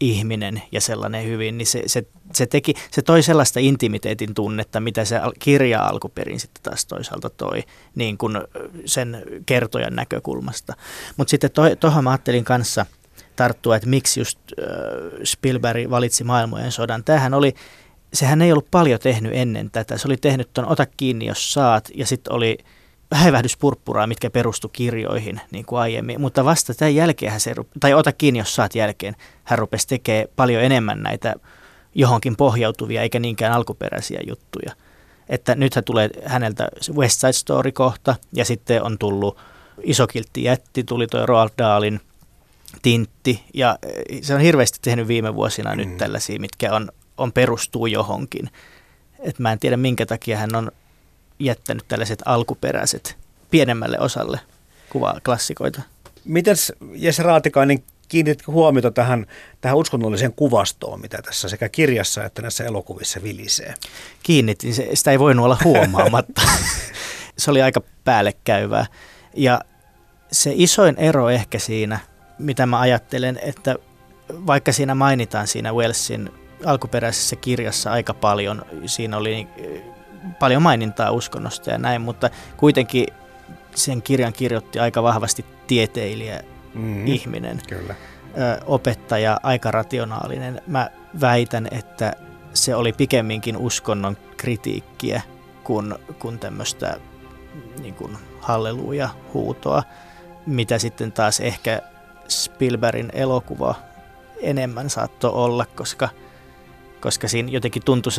ihminen ja sellainen hyvin, niin se toi sellaista intimiteetin tunnetta, mitä se kirja alkuperin sitten taas toisaalta toi niin kuin sen kertojan näkökulmasta. Mutta sitten tuohon mä ajattelin kanssa tarttua, että miksi just Spielberg valitsi Maailmojen sodan. Sehän ei ollut paljon tehnyt ennen tätä. Se oli tehnyt ton Ota kiinni, jos saat, ja sitten oli Häivähdys purppuraa, mitkä perustu kirjoihin niin kuin aiemmin. Mutta vasta tämän jälkeen, tai Ota kiinni, jos saat jälkeen, hän rupesi tekemään paljon enemmän näitä johonkin pohjautuvia, eikä niinkään alkuperäisiä juttuja. Että nythän tulee häneltä West Side Story kohta, ja sitten on tullut Iso kiltti jätti, tuli toi Roald Dahlin Tintti, ja se on hirveästi tehnyt viime vuosina nyt tällaisia, mitkä perustuu johonkin. Et mä en tiedä, minkä takia hän on jättänyt tällaiset alkuperäiset pienemmälle osalle kuvaklassikoita. Mites Jesse Raatikainen, kiinnitkö huomiota tähän uskonnolliseen kuvastoon, mitä tässä sekä kirjassa että näissä elokuvissa vilisee? Kiinnitin, sitä ei voinut olla huomaamatta. Se oli aika päällekkäyvää. Ja se isoin ero ehkä siinä, mitä mä ajattelen, että vaikka siinä mainitaan siinä Wellesin alkuperäisessä kirjassa aika paljon, siinä oli paljon mainintaa uskonnosta ja näin, mutta kuitenkin sen kirjan kirjoitti aika vahvasti tieteilijä ihminen, kyllä. Opettaja, aika rationaalinen. Mä väitän, että se oli pikemminkin uskonnon kritiikkiä kuin tämmöistä niin kuin halleluja-huutoa, mitä sitten taas ehkä Spielbergin elokuva enemmän saattoi olla, koska siinä jotenkin tuntui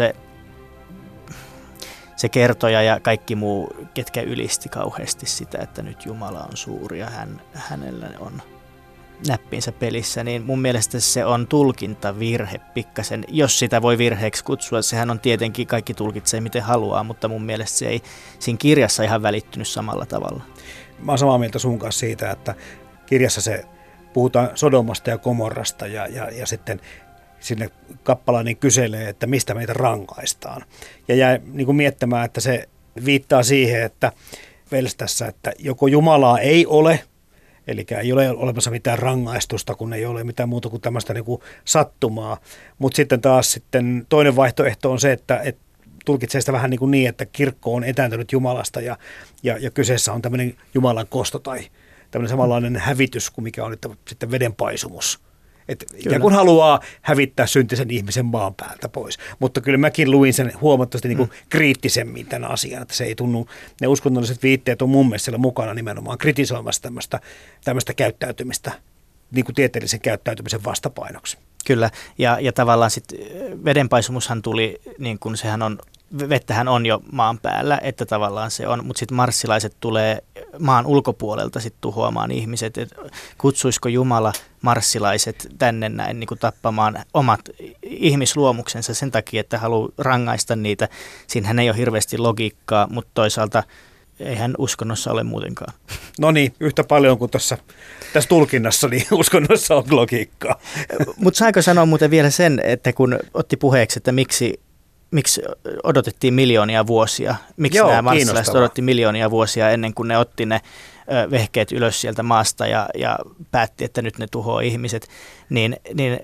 se kertoja ja kaikki muu, ketkä ylisti kauheasti sitä, että nyt Jumala on suuri ja hänellä on näppinsä pelissä, niin mun mielestä se on tulkintavirhe pikkasen, jos sitä voi virheeksi kutsua. Sehän on tietenkin, kaikki tulkitsee miten haluaa, mutta mun mielestä se ei siinä kirjassa ihan välittynyt samalla tavalla. Mä oon samaa mieltä sun kanssa siitä, että kirjassa se puhutaan Sodomasta ja Gomorrasta ja sitten sinne kappalainen kyselee, että mistä meitä rangaistaan. Ja jäi niin kuin miettimään, että se viittaa siihen, että tässä, että joko Jumalaa ei ole, eli ei ole olemassa mitään rangaistusta, kun ei ole mitään muuta kuin tämmöistä niin kuin sattumaa. Mutta sitten taas toinen vaihtoehto on se, että tulkitsee sitä vähän niin, että kirkko on etääntynyt Jumalasta ja kyseessä on tämmöinen Jumalan kosto tai tämmöinen samanlainen hävitys kuin mikä on sitten vedenpaisumus. Että ikään kuin haluaa hävittää syntisen ihmisen maan päältä pois. Mutta kyllä mäkin luin sen huomattavasti niin kuin kriittisemmin tämän asian, että se ei tunnu, ne uskonnolliset viitteet on mun mielestä siellä mukana nimenomaan kritisoimassa tämmöistä käyttäytymistä niin kuin tieteellisen käyttäytymisen vastapainoksi. Kyllä, ja tavallaan sitten vedenpaisumushan tuli, niin kuin vettähän on jo maan päällä, että tavallaan se on, mutta sitten marssilaiset tulee maan ulkopuolelta sitten tuhoamaan ihmiset, että kutsuisiko Jumala marssilaiset tänne näin niin kuin tappamaan omat ihmisluomuksensa sen takia, että haluaa rangaista niitä. Siinähän ei ole hirveästi logiikkaa, mutta toisaalta eihän uskonnossa ole muutenkaan. No niin, yhtä paljon kuin tässä tulkinnassa, niin uskonnossa on logiikkaa. Mutta saanko sanoa muuten vielä sen, että kun otti puheeksi, että miksi odotettiin miljoonia vuosia, miksi nämä marssilaiset odotti miljoonia vuosia ennen kuin ne otti ne vehkeet ylös sieltä maasta ja päätti, että nyt ne tuhoaa ihmiset, niin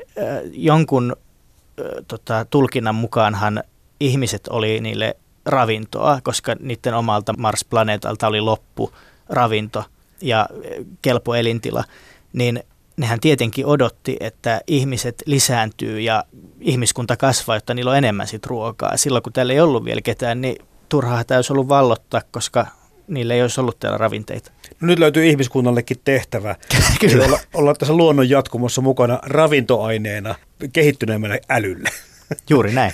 jonkun tulkinnan mukaanhan ihmiset oli niille ravintoa, koska niiden omalta Mars-planeetalta oli loppu ravinto ja kelpo elintila, niin nehän tietenkin odotti, että ihmiset lisääntyy ja ihmiskunta kasvaa, jotta niillä on enemmän sit ruokaa. Silloin kun täällä ei ollut vielä ketään, niin turhaa tämä olisi ollut vallottaa, koska niillä ei olisi ollut täällä ravinteita. No nyt löytyy ihmiskunnallekin tehtävä. Kyllä. Olla tässä luonnon jatkumossa mukana ravintoaineena kehittyneemmälle älylle. Juuri näin.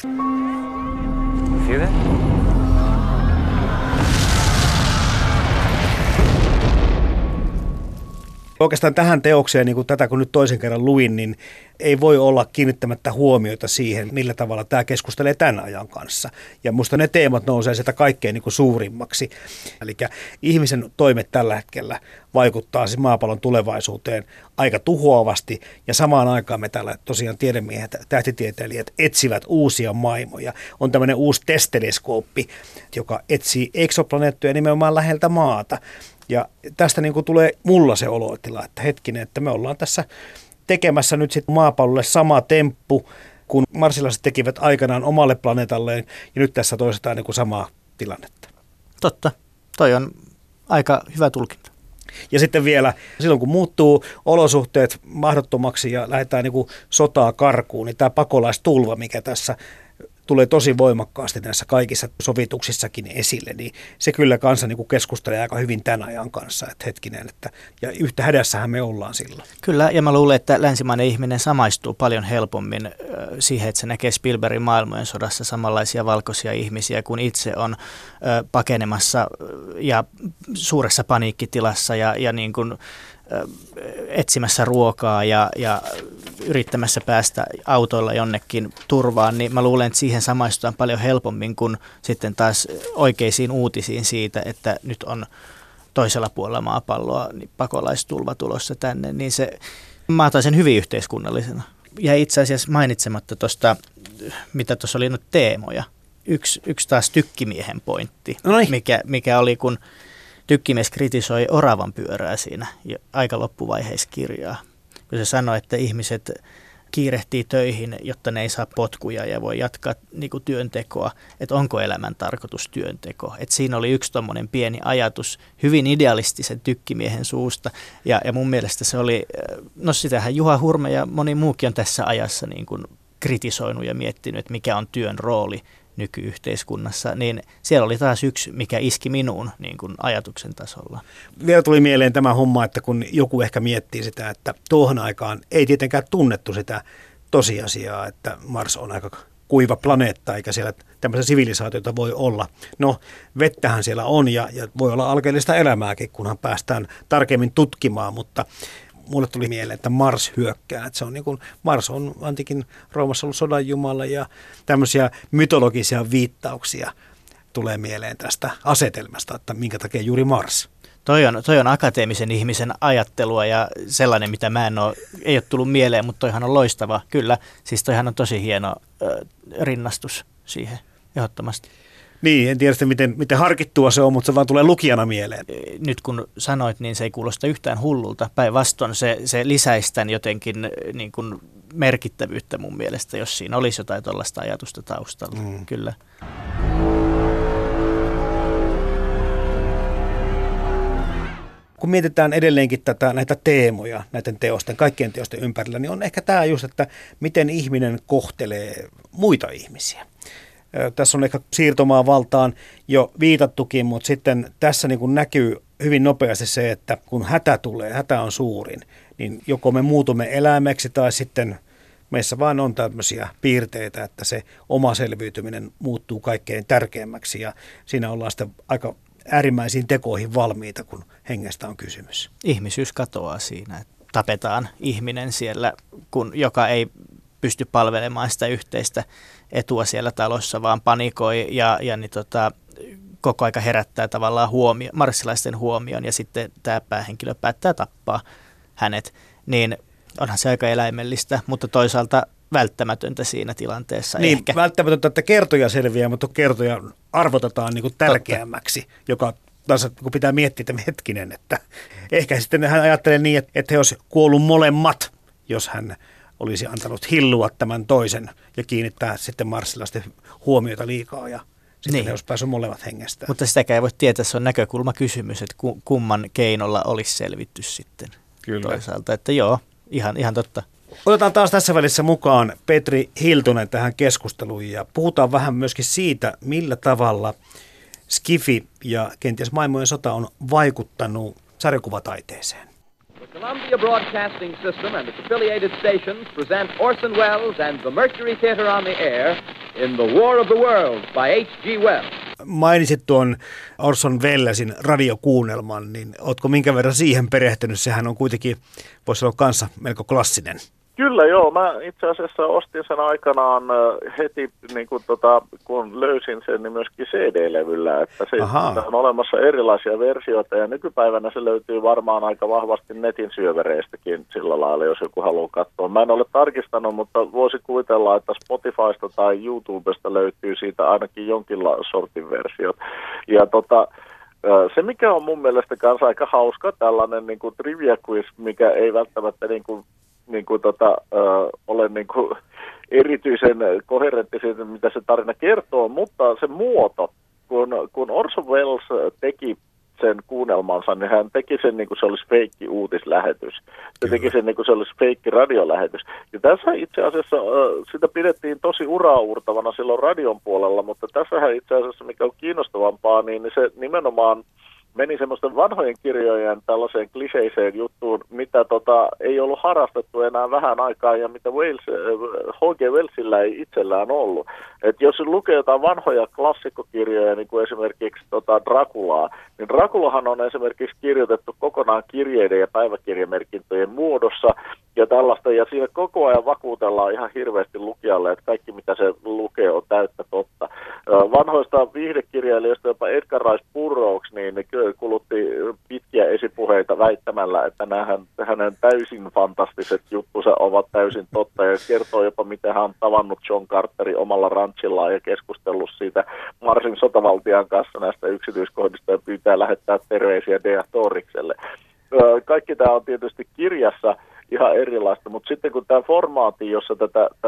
Feel that? Oikeastaan tähän teokseen, niin kuin tätä kun nyt toisen kerran luin, niin ei voi olla kiinnittämättä huomiota siihen, millä tavalla tämä keskustelee tämän ajan kanssa. Ja musta ne teemat nousee sieltä kaikkein niin kuin suurimmaksi. Eli ihmisen toimet tällä hetkellä vaikuttaa siis maapallon tulevaisuuteen aika tuhoavasti. Ja samaan aikaan me täällä tosiaan tiedemiehet, tähtitieteilijät etsivät uusia maailmoja. On tämmöinen uusi TESS-teleskooppi, joka etsii eksoplaneettoja nimenomaan läheltä maata. Ja tästä niin kuin tulee mulla se olotila, että hetkinen, että me ollaan tässä tekemässä nyt sitten maapallolle sama temppu, kun marsilaiset tekivät aikanaan omalle planeetalleen, ja nyt tässä toistetaan niin kuin samaa tilannetta. Totta. Toi on aika hyvä tulkinta. Ja sitten vielä silloin, kun muuttuu olosuhteet mahdottomaksi ja lähdetään niin kuin sotaa karkuun, niin tämä pakolaistulva, mikä tässä tulee tosi voimakkaasti näissä kaikissa sovituksissakin esille, niin se kyllä kanssa niin kuin keskustelee aika hyvin tämän ajan kanssa, että hetkinen, ja yhtä hädässähän me ollaan silloin. Kyllä, ja mä luulen, että länsimainen ihminen samaistuu paljon helpommin siihen, että se näkee Spielbergin Maailmojen sodassa samanlaisia valkoisia ihmisiä, kun itse on pakenemassa ja suuressa paniikkitilassa ja niin kuin etsimässä ruokaa ja yrittämässä päästä autoilla jonnekin turvaan, niin mä luulen, että siihen samaistutaan paljon helpommin kuin sitten taas oikeisiin uutisiin siitä, että nyt on toisella puolella maapalloa niin pakolaistulva tulossa tänne, niin mä otan sen hyvin yhteiskunnallisena. Ja itse asiassa mainitsematta tuosta, mitä tuossa oli nyt teemoja. Yksi taas tykkimiehen pointti, mikä oli, kun tykkimies kritisoi oravan pyörää siinä aika loppuvaiheessa kirjaa. Kun se sanoi, että ihmiset kiirehtii töihin, jotta ne ei saa potkuja ja voi jatkaa niin kuin työntekoa, että onko elämän tarkoitus työnteko. Että siinä oli yksi tommoinen pieni ajatus hyvin idealistisen tykkimiehen suusta ja mun mielestä se oli, no sitähän Juha Hurme ja moni muukin on tässä ajassa niin kuin kritisoinut ja miettinyt, että mikä on työn rooli nykyyhteiskunnassa, niin siellä oli taas yksi, mikä iski minuun niin kuin ajatuksen tasolla. Vielä tuli mieleen tämä homma, että kun joku ehkä miettii sitä, että tuohon aikaan ei tietenkään tunnettu sitä tosiasiaa, että Mars on aika kuiva planeetta, eikä siellä tämmöisiä sivilisaatioita voi olla. No, vettähän siellä on ja voi olla alkeellista elämääkin, kunhan päästään tarkemmin tutkimaan, mutta mulle tuli mieleen, että Mars hyökkää. Että se on niin kuin, Mars on antiikin Roomassa ollut sodan jumala ja tämmöisiä mytologisia viittauksia tulee mieleen tästä asetelmasta, että minkä takia juuri Mars. Toi on akateemisen ihmisen ajattelua ja sellainen, mitä ei ole tullut mieleen, mutta toihan on loistava. Kyllä, siis toihan on tosi hieno rinnastus siihen ehdottomasti. Niin, en tiedä miten harkittua se on, mutta se vaan tulee lukijana mieleen. Nyt kun sanoit, niin se ei kuulosta yhtään hullulta. Päinvastoin se lisäisi tämän jotenkin niin kuin merkittävyyttä mun mielestä, jos siinä olisi jotain tuollaista ajatusta taustalla. Kyllä. Kun mietitään edelleenkin näitä teemoja näiden kaikkien teosten ympärillä, niin on ehkä tämä just, että miten ihminen kohtelee muita ihmisiä. Tässä on ehkä siirtomaavaltaan jo viitattukin, mutta sitten tässä niin kuin näkyy hyvin nopeasti se, että kun hätä tulee, hätä on suurin, niin joko me muutumme eläimeksi tai sitten meissä vaan on tämmöisiä piirteitä, että se oma selviytyminen muuttuu kaikkein tärkeämmäksi ja siinä ollaan sitten aika äärimmäisiin tekoihin valmiita, kun hengestä on kysymys. Ihmisyys katoaa siinä, että tapetaan ihminen siellä, joka ei pysty palvelemaan sitä yhteistä etua siellä talossa, vaan panikoi ja koko aika herättää tavallaan marssilaisten huomion ja sitten tämä päähenkilö päättää tappaa hänet, niin onhan se aika eläimellistä, mutta toisaalta välttämätöntä siinä tilanteessa. Niin, ehkä. Välttämätöntä, että kertoja selviää, mutta kertoja arvotetaan niin kuin tärkeämmäksi, joka taas kun pitää miettiä, että hetkinen, että ehkä sitten hän ajattelee niin, että he olisi kuollut molemmat, jos hän olisi antanut hillua tämän toisen ja kiinnittää sitten marssilaisten huomiota liikaa ja sitten ne olisi päässyt molemmat hengestään. Mutta sitäkään ei voi tietää, se on näkökulmakysymys, että kumman keinolla olisi selvitty sitten. Kyllä. Toisaalta, että joo, ihan totta. Otetaan taas tässä välissä mukaan Petri Hiltunen tähän keskusteluun ja puhutaan vähän myöskin siitä, millä tavalla Skifi ja kenties Maailmojen sota on vaikuttanut sarjakuvataiteeseen. The Columbia Broadcasting System and its affiliated stations present Orson Welles and the Mercury Theatre on the Air in The War of the Worlds by H.G. Wells. Mainitsit tuon Orson Wellesin radiokuunnelman, niin ootko minkä verran siihen perehtynyt? Sehän on kuitenkin, voisi olla kanssa melko klassinen. Kyllä joo, mä itse asiassa ostin sen aikanaan heti, niin kun löysin sen, niin myöskin CD-levyllä, että se on olemassa erilaisia versioita ja nykypäivänä se löytyy varmaan aika vahvasti netin syövereistäkin sillä lailla, jos joku haluaa katsoa. Mä en ole tarkistanut, mutta voisi kuvitella, että Spotifysta tai YouTubesta löytyy siitä ainakin jonkinlainen sortin versiot. Ja se, mikä on mun mielestä kanssa aika hauska, tällainen niin kuin trivia quiz, mikä ei välttämättä niin kuin ole niin kuin erityisen koherentti siitä, mitä se tarina kertoo, mutta se muoto, kun Orson Welles teki sen kuunnelmansa, niin hän teki sen niin kuin se olisi feikki uutislähetys. Se teki sen niin kuin se olisi feikki radiolähetys. Ja tässä itse asiassa sitä pidettiin tosi uraauurtavana silloin radion puolella, mutta tässähän itse asiassa, mikä on kiinnostavampaa, niin se nimenomaan meni semmoisten vanhojen kirjojen tällaiseen kliseiseen juttuun, mitä ei ollut harrastettu enää vähän aikaa ja mitä H.G. Wellsillä ei itsellään ollut. Et jos lukee jotain vanhoja klassikkokirjoja, niin kuin esimerkiksi Draculaa, niin Draculahan on esimerkiksi kirjoitettu kokonaan kirjeiden ja päiväkirjamerkintöjen muodossa ja tällaista, ja siinä koko ajan vakuutellaan ihan hirveästi lukijalle, että kaikki mitä se lukee on täyttä totta. Vanhoista viihdekirjailijoista jopa Edgar Rice Burroughs, niin ne kulutti pitkiä esipuheita väittämällä, että hänen täysin fantastiset juttunsa ovat täysin totta, ja kertoo jopa, miten hän on tavannut John Carterin omalla ranchillaan ja keskustellut siitä Marsin sotavaltian kanssa näistä yksityiskohdista ja pyytää lähettää terveisiä Dea Torikselle. Kaikki tämä on tietysti kirjassa ihan erilaista, mutta sitten kun tämä formaatti, jossa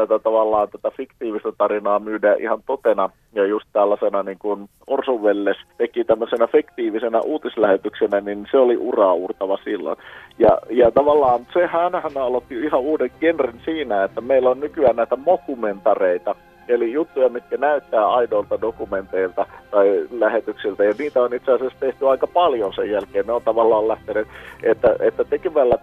tätä fiktiivistä tarinaa myydään ihan totena ja just tällaisena niin kuin Orson Welles teki tämmöisenä fiktiivisenä uutislähetyksenä, niin se oli uraauurtava silloin. Ja tavallaan hän aloitti ihan uuden genren siinä, että meillä on nykyään näitä mokumentareita, eli juttuja, mitkä näyttää aidolta dokumenteilta tai lähetyksiltä, ja niitä on itse asiassa tehty aika paljon sen jälkeen. Ne on tavallaan lähteneet, että tekemällä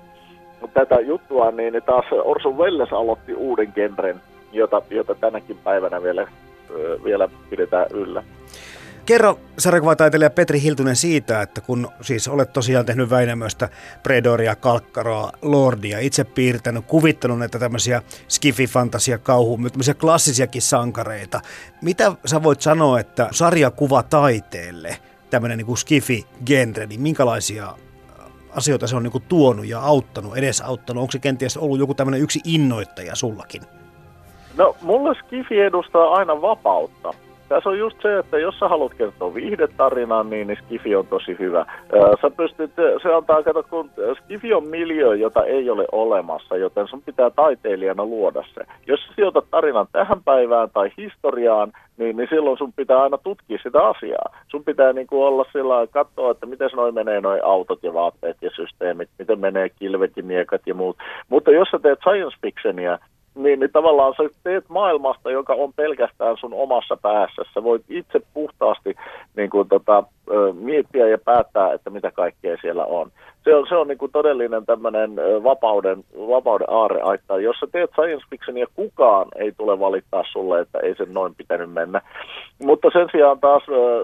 tätä juttua, niin taas Orson Welles aloitti uuden genren, jota tänäkin päivänä vielä pidetään yllä. Kerro sarjakuvataiteilija Petri Hiltunen siitä, että kun siis olet tosiaan tehnyt Väinämöstä, Predoria, Kalkkaroa, Lordia, itse piirtänyt, kuvittanut näitä tämmöisiä skifi-fantasia, tämmöisiä klassisiakin sankareita. Mitä sä voit sanoa, että sarjakuvataiteelle tämmöinen niin kuin skifi-genre, niin minkälaisia asioita se on niin kuin tuonut ja auttanut, edesauttanut? Onko se kenties ollut joku tämmöinen yksi innoittaja sullakin? No, mulle skifi edustaa aina vapautta. Tässä on just se, että jos sä haluat kertoa viihdetarinan, niin skifi on tosi hyvä. Se antaa, kun skifi on miljöö, jota ei ole olemassa, joten sun pitää taiteilijana luoda se. Jos sä sijoitat tarinan tähän päivään tai historiaan, niin silloin sun pitää aina tutkia sitä asiaa. Sun pitää niinku olla sillä katsoa, että miten noi menee noi autot ja vaatteet ja systeemit, miten menee kilvet ja miekat ja muut. Mutta jos sä teet science fictionia, niin tavallaan sä teet maailmasta, joka on pelkästään sun omassa päässä. Sä voit itse puhtaasti niin kuin, miettiä ja päättää, että mitä kaikkea siellä on. Se on niin kuin todellinen tämmöinen vapauden aarreaitta. Jos sä teet science fictionia, kukaan ei tule valittaa sulle, että ei sen noin pitänyt mennä. Mutta sen sijaan taas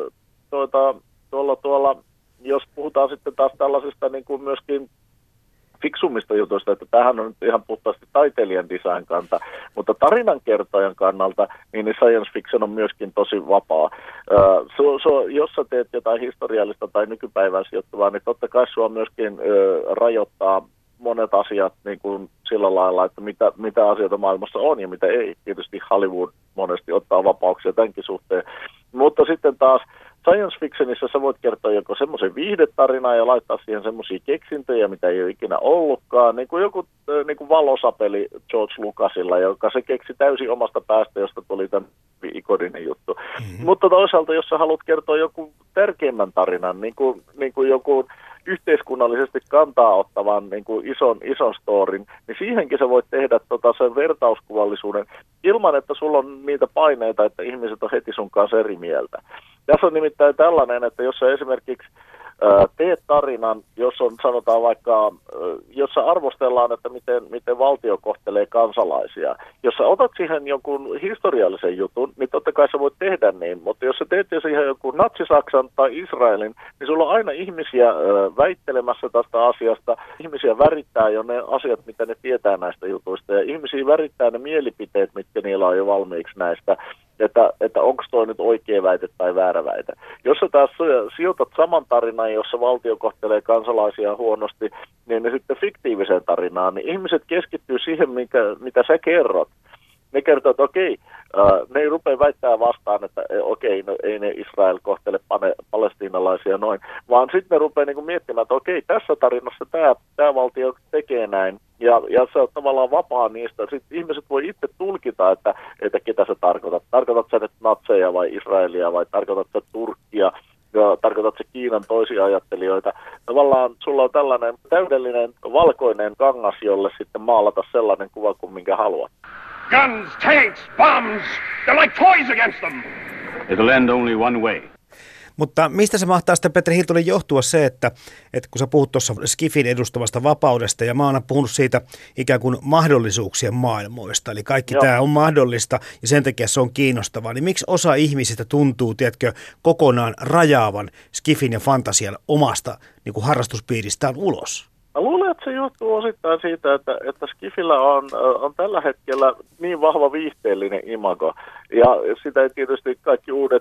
tuolla, jos puhutaan sitten taas tällaisista niin kuin myöskin fiksummista jutuista, että tämähän on nyt ihan puhtaasti taiteilijan design-kanta, mutta tarinankertojan kannalta, niin science fiction on myöskin tosi vapaa. Jos sä teet jotain historiallista tai nykypäivän sijoittuvaa, niin totta kai sua myöskin rajoittaa monet asiat niin kuin sillä lailla, että mitä asioita maailmassa on ja mitä ei. Tietysti Hollywood monesti ottaa vapauksia tämänkin suhteen, mutta sitten taas science fictionissa sä voit kertoa joko semmoisen viihdetarinaa ja laittaa siihen semmoisia keksintöjä, mitä ei ole ikinä ollutkaan, niin kuin joku niin kuin valosapeli George Lucasilla, joka se keksi täysin omasta päästä, josta tuli tämän ikoninen juttu. Mm-hmm. Mutta toisaalta, jos sä haluat kertoa joku tärkeimmän tarinan, niin kuin joku yhteiskunnallisesti kantaa ottavan niin kuin ison storin, niin siihenkin sä voit tehdä sen vertauskuvallisuuden ilman, että sulla on niitä paineita, että ihmiset on heti sun kanssa eri mieltä. Tässä on nimittäin tällainen, että jos sä esimerkiksi teet tarinan, jos on sanotaan vaikka, jossa arvostellaan, että miten valtio kohtelee kansalaisia. Jos sä otat siihen jonkun historiallisen jutun, niin totta kai sä voit tehdä niin, mutta jos sä teet siihen joku Natsi-Saksan tai Israelin, niin sulla on aina ihmisiä väittelemässä tästä asiasta. Ihmisiä värittää jo ne asiat, mitä ne tietää näistä jutuista, ja ihmisiä värittää ne mielipiteet, mitkä niillä on jo valmiiksi näistä, että onko toi nyt oikea väite tai väärä väite. Jos sä taas sijoitat saman tarinan, jossa valtio kohtelee kansalaisia huonosti, niin ne sitten fiktiiviseen tarinaan, niin ihmiset keskittyy siihen, mitä sä kerrot. Ne kertoo, että okei, ne ei rupea väittämään vastaan, että okei, no ei ne Israel kohtele palestiinalaisia noin, vaan sitten ne rupeaa niinku miettimään, että okei, tässä tarinassa tämä valtio tekee näin, ja se on tavallaan vapaa niistä. Sitten ihmiset voi itse tulkita, että ketä sä tarkoitat. Tarkoitat sä nyt natseja vai Israelia vai tarkoitat sä Turkkia? Ja tarkoitat se Kiinan toisia ajattelijoita. Tavallaan sulla on tällainen täydellinen valkoinen kangas, jolle sitten maalata sellainen kuva kuin minkä haluat. Guns, tanks, bombs, they're like toys against them. It'll end only one way. Mutta mistä se mahtaa sitten, Petri Hiltunen, johtua se, että kun sä puhut tuossa Skifin edustavasta vapaudesta, ja mä oon puhunut siitä ikään kuin mahdollisuuksien maailmoista, eli kaikki tämä on mahdollista, ja sen takia se on kiinnostavaa, niin miksi osa ihmisistä tuntuu, tiedätkö, kokonaan rajaavan Skifin ja fantasian omasta niin kuin harrastuspiiristään ulos? Mä luulen, että se johtuu osittain siitä, että Skifillä on tällä hetkellä niin vahva viihteellinen imago. Ja sitä ei tietysti kaikki uudet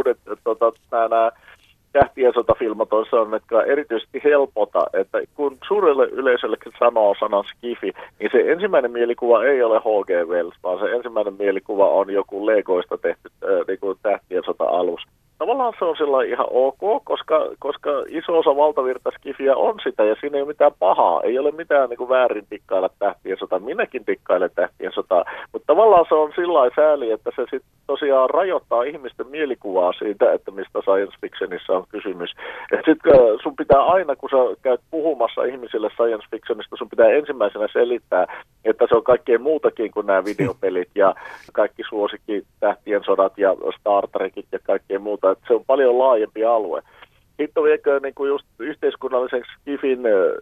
nämä Tähtien sota-filmat on sanonutkaan erityisesti helpota, että kun suurelle yleisöllekin sanoo sanan Skifi, niin se ensimmäinen mielikuva ei ole H.G. Wells, vaan se ensimmäinen mielikuva on joku Legoista tehty niin kuin Tähtien sota-alus. Tavallaan se on sillä ihan ok, koska iso osa valtavirta-skifiä on sitä ja siinä ei ole mitään pahaa. Ei ole mitään niin kuin väärin tikkailla Tähtien sotaa. Minäkin tikkailen Tähtien sotaa. Mutta tavallaan se on sillä sääli, että se sitten tosiaan rajoittaa ihmisten mielikuvaa siitä, että mistä science fictionissa on kysymys. Sitten sun pitää aina, kun sä käyt puhumassa ihmisille science fictionista, sun pitää ensimmäisenä selittää, että se on kaikkea muutakin kuin nämä videopelit ja kaikki suosikki Tähtien sodat ja Star Trekit ja kaikkea muuta. Että se on paljon laajempi alue. Hitto viekö niin kuin just yhteiskunnallisen skifin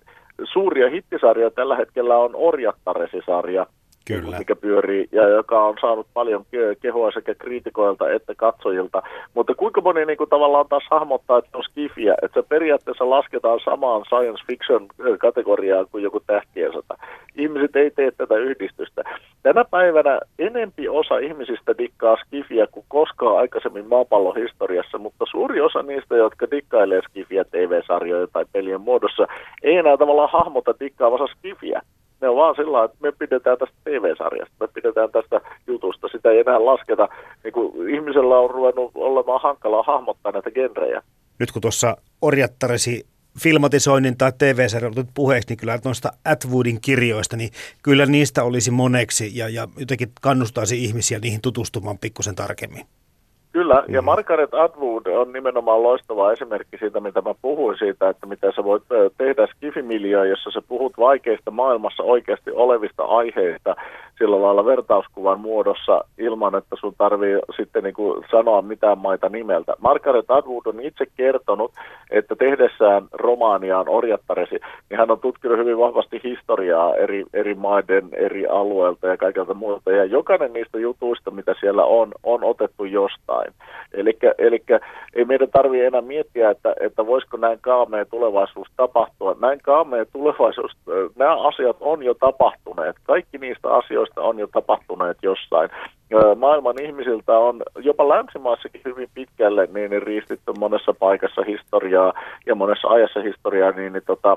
suuria hittisarjoja tällä hetkellä on Orjattaresi-sarja, Kyllä. mikä pyörii ja joka on saanut paljon kehoa sekä kriitikoilta että katsojilta. Mutta kuinka moni niin kuin tavallaan taas hahmottaa, että on skifiä, että se periaatteessa lasketaan samaan science fiction kategoriaan kuin joku Tähtien sota. Ihmiset ei tee tätä yhdistystä. Tänä päivänä enempi osa ihmisistä dikkaa skifiä kuin koskaan aikaisemmin maapallon historiassa, mutta suuri osa niistä, jotka dikkailee skifiä TV-sarjoja tai pelien muodossa, ei enää tavallaan hahmota dikkaavansa skifiä. Ne on vaan sillä, että me pidetään tästä TV-sarjasta, me pidetään tästä jutusta, sitä ei enää lasketa. Niin kuin ihmisellä on ruvennut olemaan hankalaa hahmottaa näitä genrejä. Nyt kun tuossa Orjattaresi filmatisoinnin tai TV-sarjan puheeksi, niin kyllä noista Atwoodin kirjoista, niin kyllä niistä olisi moneksi ja jotenkin kannustaisi ihmisiä niihin tutustumaan pikkusen tarkemmin. Kyllä, ja Margaret Atwood on nimenomaan loistava esimerkki siitä, mitä mä puhuin siitä, että mitä sä voit tehdä skifimiljöä, jossa sä puhut vaikeista maailmassa oikeasti olevista aiheista sillä lailla vertauskuvan muodossa ilman, että sun tarvii sitten niin kuin sanoa mitään maita nimeltä. Margaret Atwood on itse kertonut, että tehdessään romaaniaan Orjattaresi, niin hän on tutkinut hyvin vahvasti historiaa eri maiden, eri alueilta ja kaikilta muilta, ja jokainen niistä jutuista, mitä siellä on otettu jostain. Eli ei meidän tarvitse enää miettiä, että voisiko näin kaamea tulevaisuus tapahtua. Näin kaamea tulevaisuus, nämä asiat on jo tapahtuneet. Kaikki niistä asioista on jo tapahtuneet jossain. Maailman ihmisiltä on jopa länsimaissakin hyvin pitkälle niin riistitty monessa paikassa historiaa ja monessa ajassa historiaa niin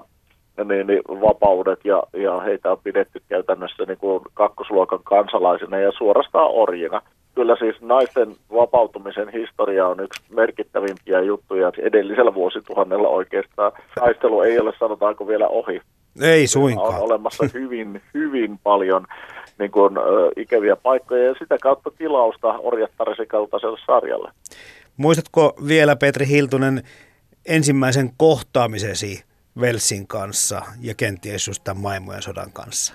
vapaudet ja heitä on pidetty käytännössä niin kuin kakkosluokan kansalaisina ja suorastaan orjina. Kyllä siis naisten vapautumisen historia on yksi merkittävimpiä juttuja. Edellisellä vuosituhannella oikeastaan taistelu ei ole, sanotaanko, vielä ohi. Ei suinkaan. On olemassa hyvin paljon niin kuin, ikäviä paikkoja ja sitä kautta tilausta Orjattaresi kaltaiselle sarjalle. Muistatko vielä, Petri Hiltunen, ensimmäisen kohtaamisesi Wellsin kanssa ja kenties just tämän Maailmojen sodan kanssa?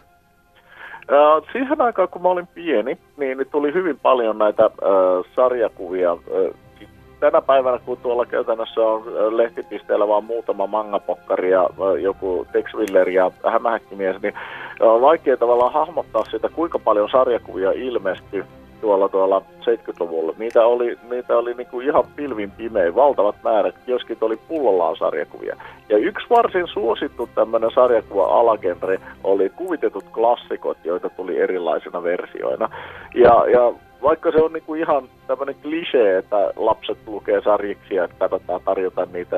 Siihen aikaan, kun mä olin pieni, niin tuli hyvin paljon näitä sarjakuvia. Tänä päivänä, kun tuolla käytännössä on lehtipisteellä vaan muutama mangapokkari ja joku Tex Willer ja hämähäkkimies, niin on vaikea tavallaan hahmottaa sitä, kuinka paljon sarjakuvia ilmestyi tuolla 70-luvulla. Niitä oli niin kuin ihan pilvin pimein, valtavat määrät, joskin oli pullollaan sarjakuvia. Ja yksi varsin suosittu tämmöinen sarjakuva-alagenre oli kuvitetut klassikot, joita tuli erilaisina versioina. Ja vaikka se on niin kuin ihan tämmöinen klisee, että lapset lukee sarjiksi ja kannattaa tarjota niitä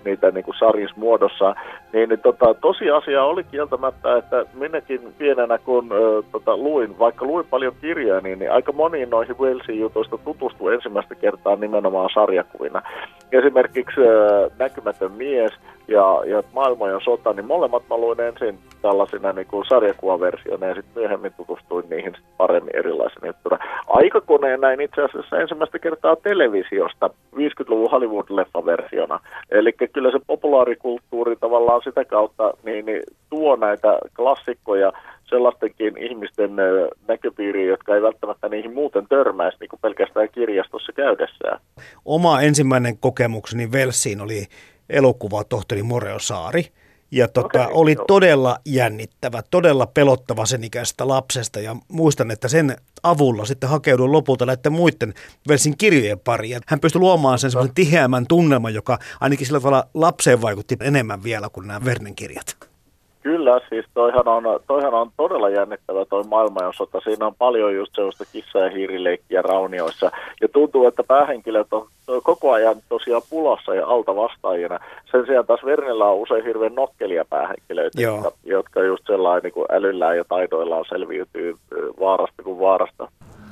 niitä niin kuin sarjismuodossa, niin tosiasia oli kieltämättä, että minäkin pienenä kun vaikka luin paljon kirjoja, niin aika moniin noihin Walesin jutuista tutustui ensimmäistä kertaa nimenomaan sarjakuvina. Esimerkiksi Näkymätön mies ja Maailmojen sota, niin molemmat mä luin ensin tällaisina niin kuin sarjakuvaversioina ja sitten myöhemmin tutustuin niihin paremmin erilaisina juttuna. Aikakoneen näin itse asiassa ensimmäistä kertaa televisiosta 50-luvun Hollywood-leffaversiona. Eli kyllä se populaarikulttuuri tavallaan sitä kautta niin tuo näitä klassikkoja sellaistenkin ihmisten näköpiiriin, jotka ei välttämättä niihin muuten törmäisi niin kuin pelkästään kirjastossa käydessään. Oma ensimmäinen kokemukseni Walesiin oli elokuva Tohtori Moreosaari. Ja oli todella jännittävä, todella pelottava sen ikäisestä lapsesta ja muistan, että sen avulla sitten hakeuduin lopulta näiden muiden Walesin kirjojen pariin. Hän pystyi luomaan sen semmoisen tiheämmän tunnelman, joka ainakin sillä tavalla lapseen vaikutti enemmän vielä kuin nämä Vernen kirjat. Kyllä, siis toihan on todella jännittävä toi Maailmojen sota. Siinä on paljon just sellaista kissa- ja hiirileikkiä raunioissa. Ja tuntuu, että päähenkilöt on koko ajan tosiaan pulassa ja alta vastaajina. Sen sijaan taas Vernellä on usein hirveän nokkelia päähenkilöitä, jotka just sellainen niin kuin älyllään ja taidoillaan selviytyy vaarasta kuin vaarasta.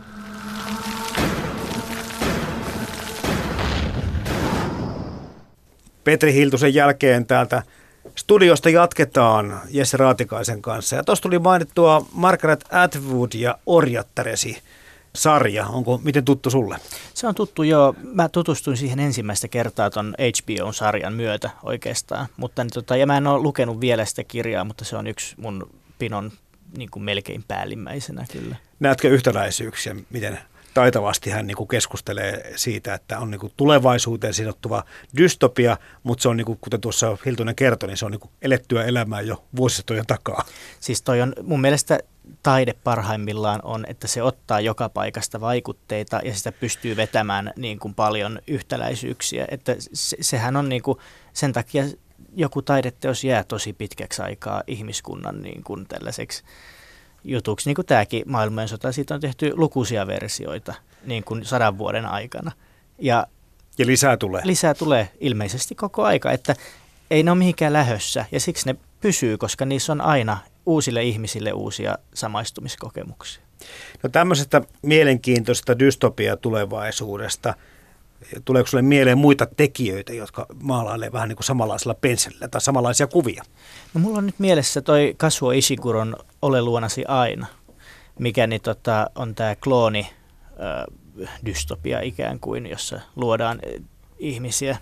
Petri Hiltusen jälkeen täältä studiosta jatketaan Jesse Raatikaisen kanssa. Ja tuossa tuli mainittua Margaret Atwood ja Orjattaresi sarja. Miten tuttu sulle? Se on tuttu, joo. Mä tutustuin siihen ensimmäistä kertaa ton HBO-sarjan myötä oikeastaan. Ja mä en ole lukenut vielä sitä kirjaa, mutta se on yksi mun pinon niin kuin melkein päällimmäisenä kyllä. Näetkö yhtäläisyyksiä, miten taitavasti hän niin kuin keskustelee siitä, että on niin kuin tulevaisuuteen sidottuva dystopia, mutta se on, niin kuin, kuten tuossa Hiltunen kertoi, niin se on niin kuin elettyä elämää jo vuosisatojen takaa. Siis toi on mun mielestä taide parhaimmillaan on, että se ottaa joka paikasta vaikutteita ja sitä pystyy vetämään niin kuin paljon yhtäläisyyksiä. Että sehän on niin kuin, sen takia joku taideteos jää tosi pitkäksi aikaa ihmiskunnan niin kuin tällaiseksi jutuksi, niin kuin tämäkin Maailmojen sota, siitä on tehty lukuisia versioita niin kuin 100 vuoden aikana. Ja lisää tulee. Lisää tulee ilmeisesti koko aika, että ei ne ole mihinkään lähössä ja siksi ne pysyy, koska niissä on aina uusille ihmisille uusia samaistumiskokemuksia. No tämmöisestä mielenkiintoisesta dystopia-tulevaisuudesta, tuleeko sinulle mieleen muita tekijöitä, jotka maalailee vähän niin kuin samanlaisella pensselillä tai samanlaisia kuvia? No mulla on nyt mielessä toi Kazuo Ishiguron Ole luonasi aina, mikä niin on tämä klooni dystopia ikään kuin, jossa luodaan ihmisiä.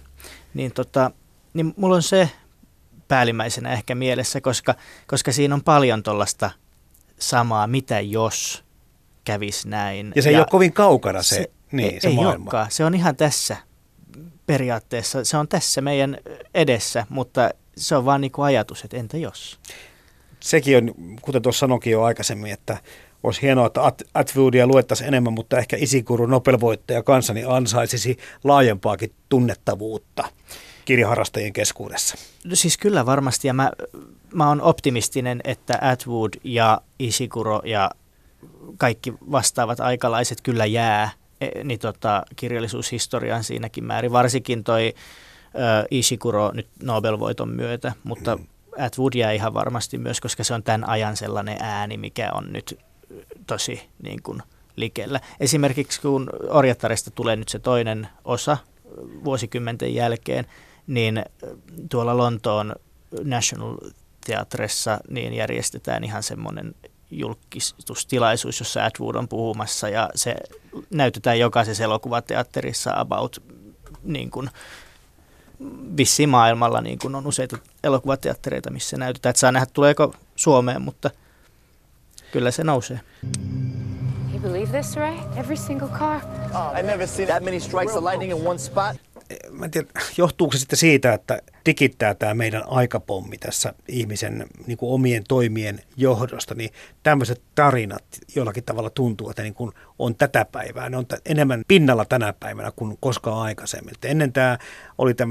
Niin mulla on se päällimmäisenä ehkä mielessä, koska siinä on paljon tuollaista samaa, mitä jos kävisi näin. Ja se ei ole kovin kaukana se maailma. Olekaan. Se on ihan tässä periaatteessa. Se on tässä meidän edessä, mutta se on vaan niin kuin ajatus, että entä jos? Sekin on, kuten tuossa sanoinkin jo aikaisemmin, että olisi hienoa, että Atwoodia luettaisiin enemmän, mutta ehkä Ishiguro Nobel-voittaja kanssa niin ansaitsisi laajempaakin tunnettavuutta kirjaharrastajien keskuudessa. Siis kyllä varmasti, ja mä oon optimistinen, että Atwood ja Ishiguro ja kaikki vastaavat aikalaiset kyllä jää kirjallisuushistoriaan siinäkin määrin, varsinkin toi Ishiguro nyt Nobel-voiton myötä, mutta Atwood jää ihan varmasti myös, koska se on tämän ajan sellainen ääni, mikä on nyt tosi niin kuin likellä. Esimerkiksi kun Orjattaresta tulee nyt se toinen osa vuosikymmenten jälkeen, niin tuolla Lontoon National Theatressa niin järjestetään ihan semmoinen julkistustilaisuus, jossa Atwood on puhumassa ja se näytetään jokaisessa elokuvateatterissa about niin kuin vissiin maailmalla niin kuin on useita elokuvateattereita, missä näytetään. Että saa nähdä, tuleeko Suomeen, mutta kyllä se nousee. You believe this, Ray? Every single car. I've never seen that many strikes of lightning in one spot. Mä en tiedä, johtuuko se sitten siitä, että digittää tämä meidän aikapommi tässä ihmisen niin kuin omien toimien johdosta, niin tämmöiset tarinat jollakin tavalla tuntuu, että niin kuin on tätä päivää. Ne on enemmän pinnalla tänä päivänä kuin koskaan aikaisemmin. Ennen tämä oli tämmöistä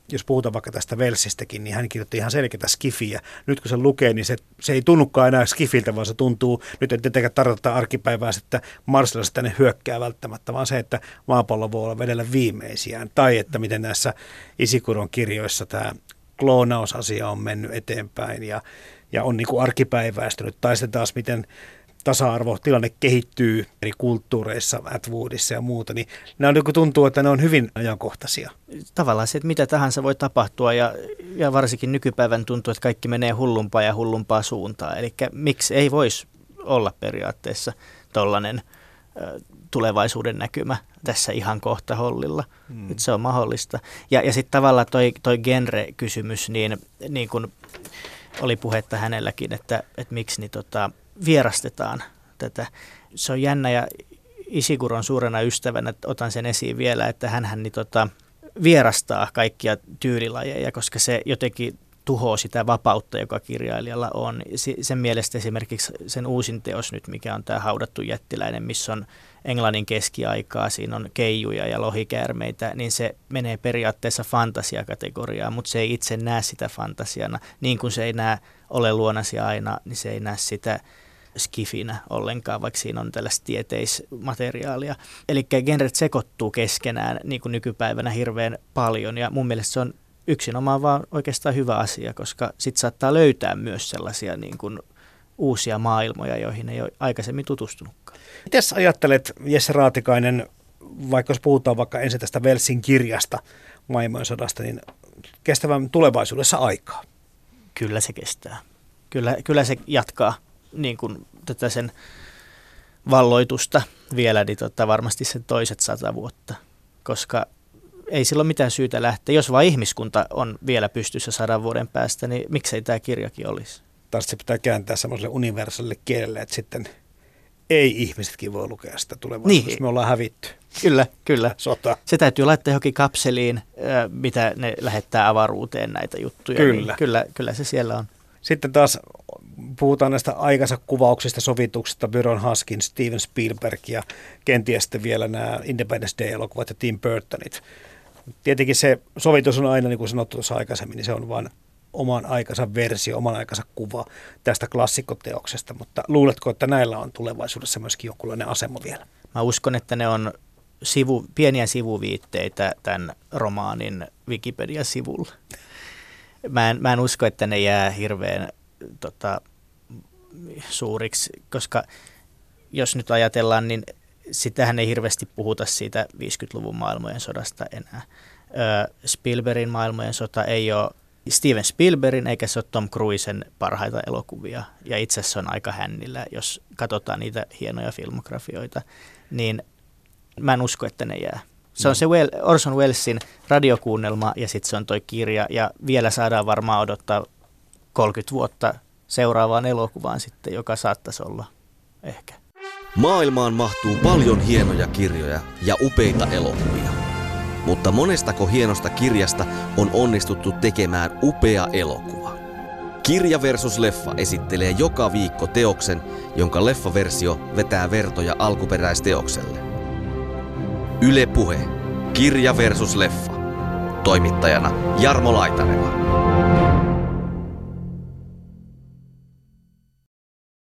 jos puhutaan vaikka tästä Wellsistäkin, niin hän kirjoitti ihan selkeätä skifiä. Nyt kun se lukee, niin se ei tunnukaan enää skifiltä, vaan se tuntuu, nyt ei tietenkään tarkoittaa arkipäivää, että marsilaiset tänne hyökkää välttämättä, vaan se, että maapallo voi olla vedellä viimeisiään. Tai että miten näissä Ishiguron kirjoissa tämä kloonausasia on mennyt eteenpäin ja on niin kuin arkipäiväistynyt. Tai sitten taas miten tasa-arvotilanne kehittyy eri kulttuureissa, Atwoodissa ja muuta, niin nämä on, tuntuu, että ne on hyvin ajankohtaisia. Tavallaan se, että mitä tahansa voi tapahtua ja varsinkin nykypäivän tuntuu, että kaikki menee hullumpaa ja hullumpaa suuntaan. Eli miksi ei voisi olla periaatteessa tollainen tulevaisuuden näkymä tässä ihan kohta hollilla. Että se on mahdollista. Ja sitten tavallaan toi genre-kysymys, niin kuin oli puhetta hänelläkin, että miksi niin vierastetaan tätä. Se on jännä ja Ishiguron suurena ystävänä, otan sen esiin vielä, että hänhän niin vierastaa kaikkia tyylilajeja, koska se jotenkin tuhoaa sitä vapautta, joka kirjailijalla on. Sen mielestä esimerkiksi sen uusin teos nyt, mikä on tämä Haudattu jättiläinen, missä on Englannin keskiaikaa, siinä on keijuja ja lohikäärmeitä, niin se menee periaatteessa fantasiakategoriaan, mutta se ei itse näe sitä fantasiana. Niin kuin se ei näe Ole luonasi aina, niin se ei näe sitä skifinä ollenkaan, vaikka siinä on tällaista tieteismateriaalia. Eli genret sekoittuu keskenään niin kuin nykypäivänä hirveän paljon, ja mun mielestä se on yksinomaan vaan oikeastaan hyvä asia, koska sit saattaa löytää myös sellaisia niin kuin uusia maailmoja, joihin ei ole aikaisemmin tutustunutkaan. Mites ajattelet, Jesse Raatikainen, vaikka jos puhutaan vaikka ensin tästä Wellsin kirjasta maailmojen sodasta, niin kestävän tulevaisuudessa aikaa? Kyllä se kestää. Kyllä se jatkaa niin kuin tätä sen valloitusta vielä, niin varmasti sen toiset 100 vuotta, koska ei sillä ole mitään syytä lähteä. Jos vain ihmiskunta on vielä pystyssä 100 vuoden päästä, niin miksei tämä kirjakin olisi? Taas se pitää kääntää semmoiselle universaalille kielelle, että sitten ei-ihmisetkin voi lukea sitä tulevaisuudessa. Niin. Me ollaan hävitty. Kyllä. Sota. Se täytyy laittaa johonkin kapseliin, mitä ne lähettää avaruuteen näitä juttuja. Kyllä. Niin kyllä se siellä on. Sitten taas puhutaan näistä aikansa kuvauksista, sovituksista, Byron Huskin, Steven Spielberg ja kenties sitten vielä nämä Independence Day-elokuvat ja Tim Burtonit. Tietenkin se sovitus on aina, niin kuin sanottu tuossa aikaisemmin, niin se on vain oman aikansa versio, oman aikansa kuva tästä klassikkoteoksesta, mutta luuletko, että näillä on tulevaisuudessa myöskin jonkunlainen asema vielä? Mä uskon, että ne on pieniä sivuviitteitä tämän romaanin Wikipedia-sivulla. Mä en usko, että ne jää hirveän suuriksi, koska jos nyt ajatellaan, niin sitähän ei hirveästi puhuta siitä 50-luvun maailmojen sodasta enää. Spielbergin maailmojen sota ei ole Steven Spielbergin eikä se ole Tom Cruisen parhaita elokuvia. Ja itse asiassa on aika hännillä, jos katsotaan niitä hienoja filmografioita, niin mä en usko, että ne jää. Se on se Orson Wellesin radiokuunnelma ja sitten se on toi kirja ja vielä saadaan varmaan odottaa 30 vuotta seuraavaan elokuvaan sitten, joka saattaisi olla ehkä. Maailmaan mahtuu paljon hienoja kirjoja ja upeita elokuvia. Mutta monestako hienosta kirjasta on onnistuttu tekemään upea elokuva? Kirja versus leffa esittelee joka viikko teoksen, jonka leffaversio vetää vertoja alkuperäisteokselle. Yle Puhe. Kirja versus leffa. Toimittajana Jarmo Laitaneva.